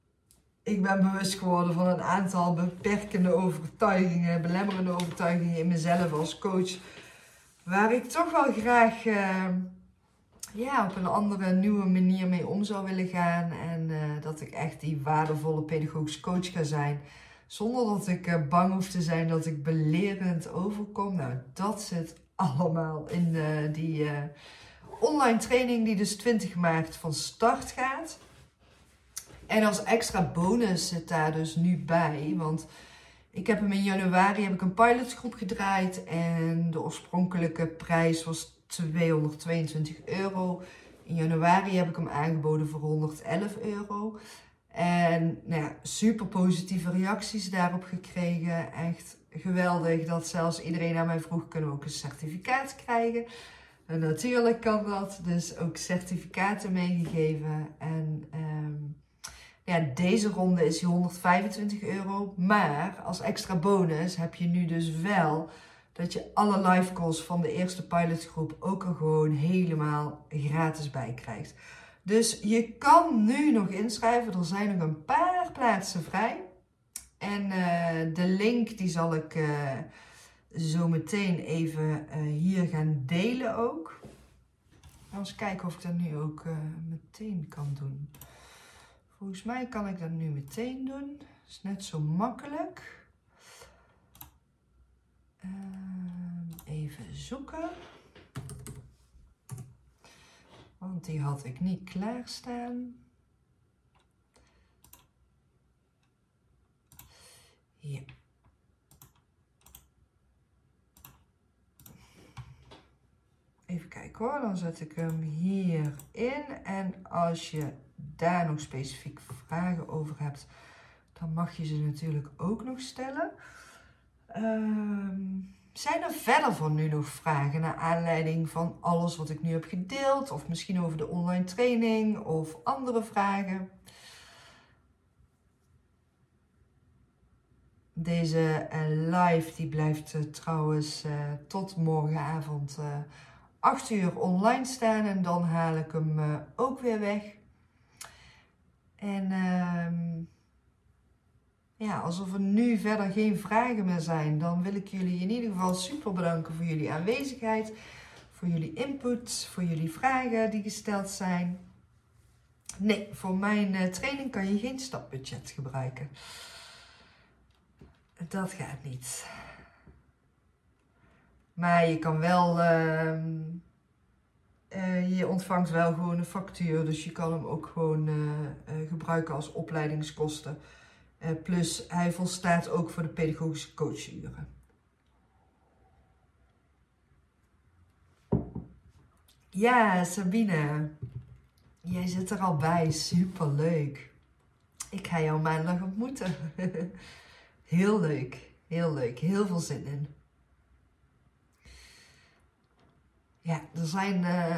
A: ik ben bewust geworden van een aantal beperkende overtuigingen, belemmerende overtuigingen in mezelf als coach, waar ik toch wel graag uh, ja, op een andere, nieuwe manier mee om zou willen gaan. En uh, dat ik echt die waardevolle pedagogische coach ga zijn. Zonder dat ik uh, bang hoef te zijn dat ik belerend overkom. Nou, dat zit allemaal in uh, die uh, online training die dus twintig maart van start gaat. En als extra bonus zit daar dus nu bij, want ik heb hem in januari heb ik een pilotgroep gedraaid en de oorspronkelijke prijs was tweehonderdtweeëntwintig euro. In januari heb ik hem aangeboden voor honderdelf euro. En nou ja, super positieve reacties daarop gekregen. Echt geweldig dat zelfs iedereen aan mij vroeg, kunnen we ook een certificaat krijgen? En natuurlijk kan dat, dus ook certificaten meegegeven. En um, ja, deze ronde is honderdvijfentwintig euro, maar als extra bonus heb je nu dus wel dat je alle live calls van de eerste pilotgroep ook er gewoon helemaal gratis bij krijgt. Dus je kan nu nog inschrijven, er zijn nog een paar plaatsen vrij. En uh, de link die zal ik uh, zo meteen even uh, hier gaan delen ook. Eens kijken of ik dat nu ook uh, meteen kan doen. Volgens mij kan ik dat nu meteen doen. Dat is net zo makkelijk. Uh, even zoeken. Want die had ik niet klaarstaan. Ja. Even kijken hoor, dan zet ik hem hierin. En als je daar nog specifiek vragen over hebt, dan mag je ze natuurlijk ook nog stellen. Um, zijn er verder van nu nog vragen naar aanleiding van alles wat ik nu heb gedeeld? Of misschien over de online training of andere vragen? Deze uh, live die blijft uh, trouwens uh, tot morgenavond uh, acht uur online staan. En dan haal ik hem uh, ook weer weg. En uh, ja, alsof er nu verder geen vragen meer zijn, dan wil ik jullie in ieder geval super bedanken voor jullie aanwezigheid. Voor jullie input, voor jullie vragen die gesteld zijn. Nee, voor mijn uh, training kan je geen stapbudget gebruiken. Dat gaat niet. Maar je kan wel, uh, uh, je ontvangt wel gewoon een factuur. Dus je kan hem ook gewoon uh, uh, gebruiken als opleidingskosten. Uh, plus hij volstaat ook voor de pedagogische coachuren. Ja, Sabine. Jij zit er al bij. Superleuk. Ik ga jou maandag ontmoeten. Heel leuk. Heel leuk. Heel veel zin in. Ja, er zijn... Uh...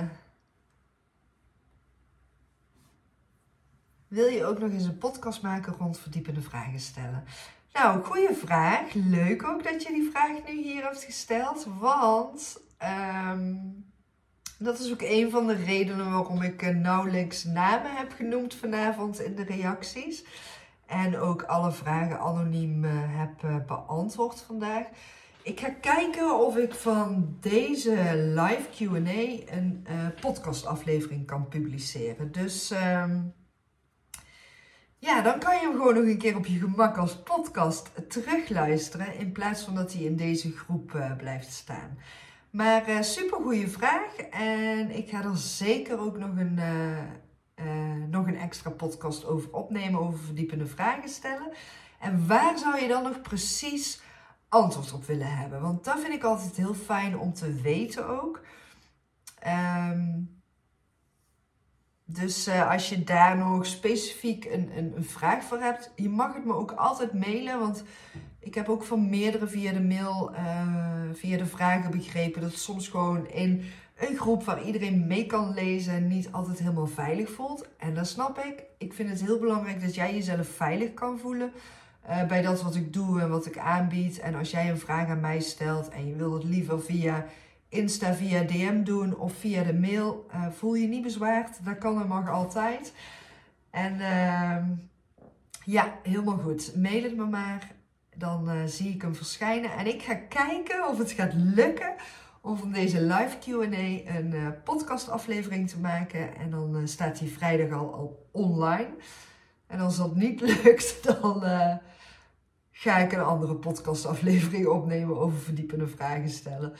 A: Wil je ook nog eens een podcast maken rond verdiepende vragen stellen? Nou, goede vraag. Leuk ook dat je die vraag nu hier hebt gesteld. Want um, dat is ook een van de redenen waarom ik uh, nauwelijks namen heb genoemd vanavond in de reacties. En ook alle vragen anoniem uh, heb uh, beantwoord vandaag. Ik ga kijken of ik van deze live Q en A een uh, podcastaflevering kan publiceren. Dus um, ja, dan kan je hem gewoon nog een keer op je gemak als podcast terugluisteren. In plaats van dat hij in deze groep uh, blijft staan. Maar uh, super goede vraag. En ik ga er zeker ook nog een... Uh, Uh, nog een extra podcast over opnemen, over verdiepende vragen stellen. En waar zou je dan nog precies antwoord op willen hebben? Want dat vind ik altijd heel fijn om te weten ook. Um, dus uh, als je daar nog specifiek een, een, een vraag voor hebt, je mag het me ook altijd mailen. Want ik heb ook van meerdere via de mail, uh, via de vragen begrepen dat het soms gewoon in een groep waar iedereen mee kan lezen niet altijd helemaal veilig voelt. En dat snap ik. Ik vind het heel belangrijk dat jij jezelf veilig kan voelen uh, bij dat wat ik doe en wat ik aanbied. En als jij een vraag aan mij stelt en je wilt het liever via Insta, via D M doen of via de mail, uh, voel je niet bezwaard. Dat kan en mag altijd. En uh, ja, helemaal goed. Mail het me maar. Dan uh, zie ik hem verschijnen. En ik ga kijken of het gaat lukken om van deze live Q en A een uh, podcastaflevering te maken. En dan uh, staat die vrijdag al, al online. En als dat niet lukt, dan uh, ga ik een andere podcastaflevering opnemen over verdiepende vragen stellen.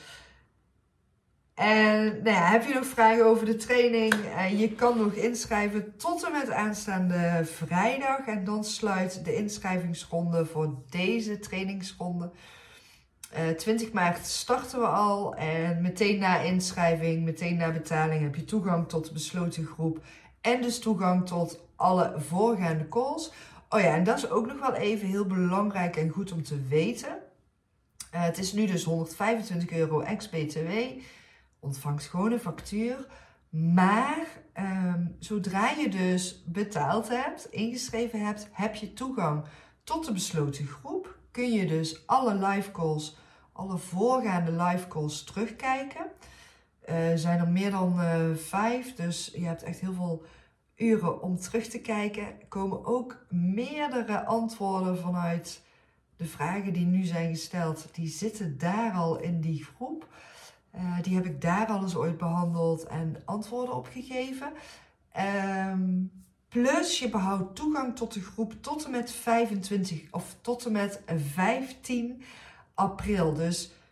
A: En nou ja, heb je nog vragen over de training? Uh, je kan nog inschrijven tot en met aanstaande vrijdag. En dan sluit de inschrijvingsronde voor deze trainingsronde. Uh, twintig maart starten we al. En meteen na inschrijving, meteen na betaling heb je toegang tot de besloten groep. En dus toegang tot alle voorgaande calls. Oh ja, en dat is ook nog wel even heel belangrijk en goed om te weten. Uh, het is nu dus honderdvijfentwintig euro ex-B T W. Ontvangt gewoon een factuur. Maar um, zodra je dus betaald hebt, ingeschreven hebt, heb je toegang tot de besloten groep. Kun je dus alle live calls, alle voorgaande live calls terugkijken. Er uh, zijn er meer dan uh, vijf, dus je hebt echt heel veel uren om terug te kijken. Er komen ook meerdere antwoorden vanuit de vragen die nu zijn gesteld. Die zitten daar al in die groep. Uh, die heb ik daar al eens ooit behandeld en antwoorden op gegeven. Um, plus je behoudt toegang tot de groep tot en met vijfentwintig of tot en met vijftien april. Dus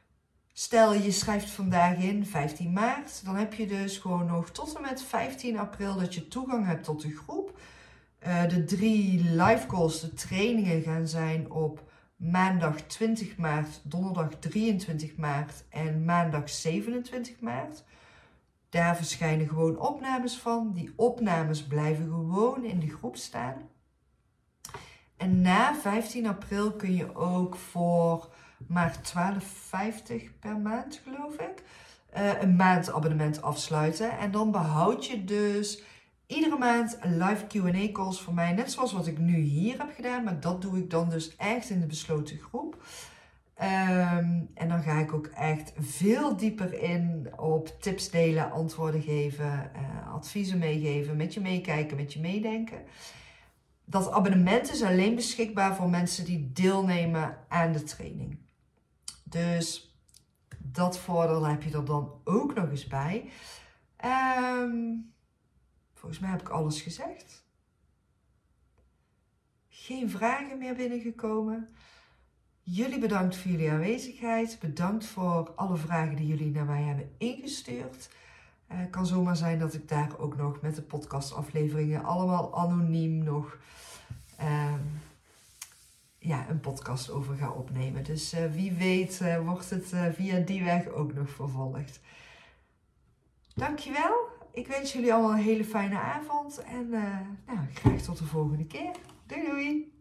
A: Stel je schrijft vandaag in vijftien maart, dan heb je dus gewoon nog tot en met vijftien april dat je toegang hebt tot de groep. Uh, de drie live calls, de trainingen gaan zijn op maandag twintig maart, donderdag drieëntwintig maart en maandag zevenentwintig maart. Daar verschijnen gewoon opnames van. Die opnames blijven gewoon in de groep staan. En na vijftien april kun je ook voor maar twaalf vijftig per maand, geloof ik, uh, een maandabonnement afsluiten. En dan behoud je dus iedere maand live Q en A calls voor mij. Net zoals wat ik nu hier heb gedaan. Maar dat doe ik dan dus echt in de besloten groep. Um, en dan ga ik ook echt veel dieper in op tips delen, antwoorden geven, uh, adviezen meegeven, met je meekijken, met je meedenken. Dat abonnement is alleen beschikbaar voor mensen die deelnemen aan de training. Dus dat voordeel heb je er dan ook nog eens bij. Um, volgens mij heb ik alles gezegd. Geen vragen meer binnengekomen. Jullie bedankt voor jullie aanwezigheid. Bedankt voor alle vragen die jullie naar mij hebben ingestuurd. Het uh, kan zomaar zijn dat ik daar ook nog met de podcastafleveringen allemaal anoniem nog uh, ja, een podcast over ga opnemen. Dus uh, wie weet uh, wordt het uh, via die weg ook nog vervolgd. Dankjewel. Ik wens jullie allemaal een hele fijne avond. En uh, nou, graag tot de volgende keer. Doei doei.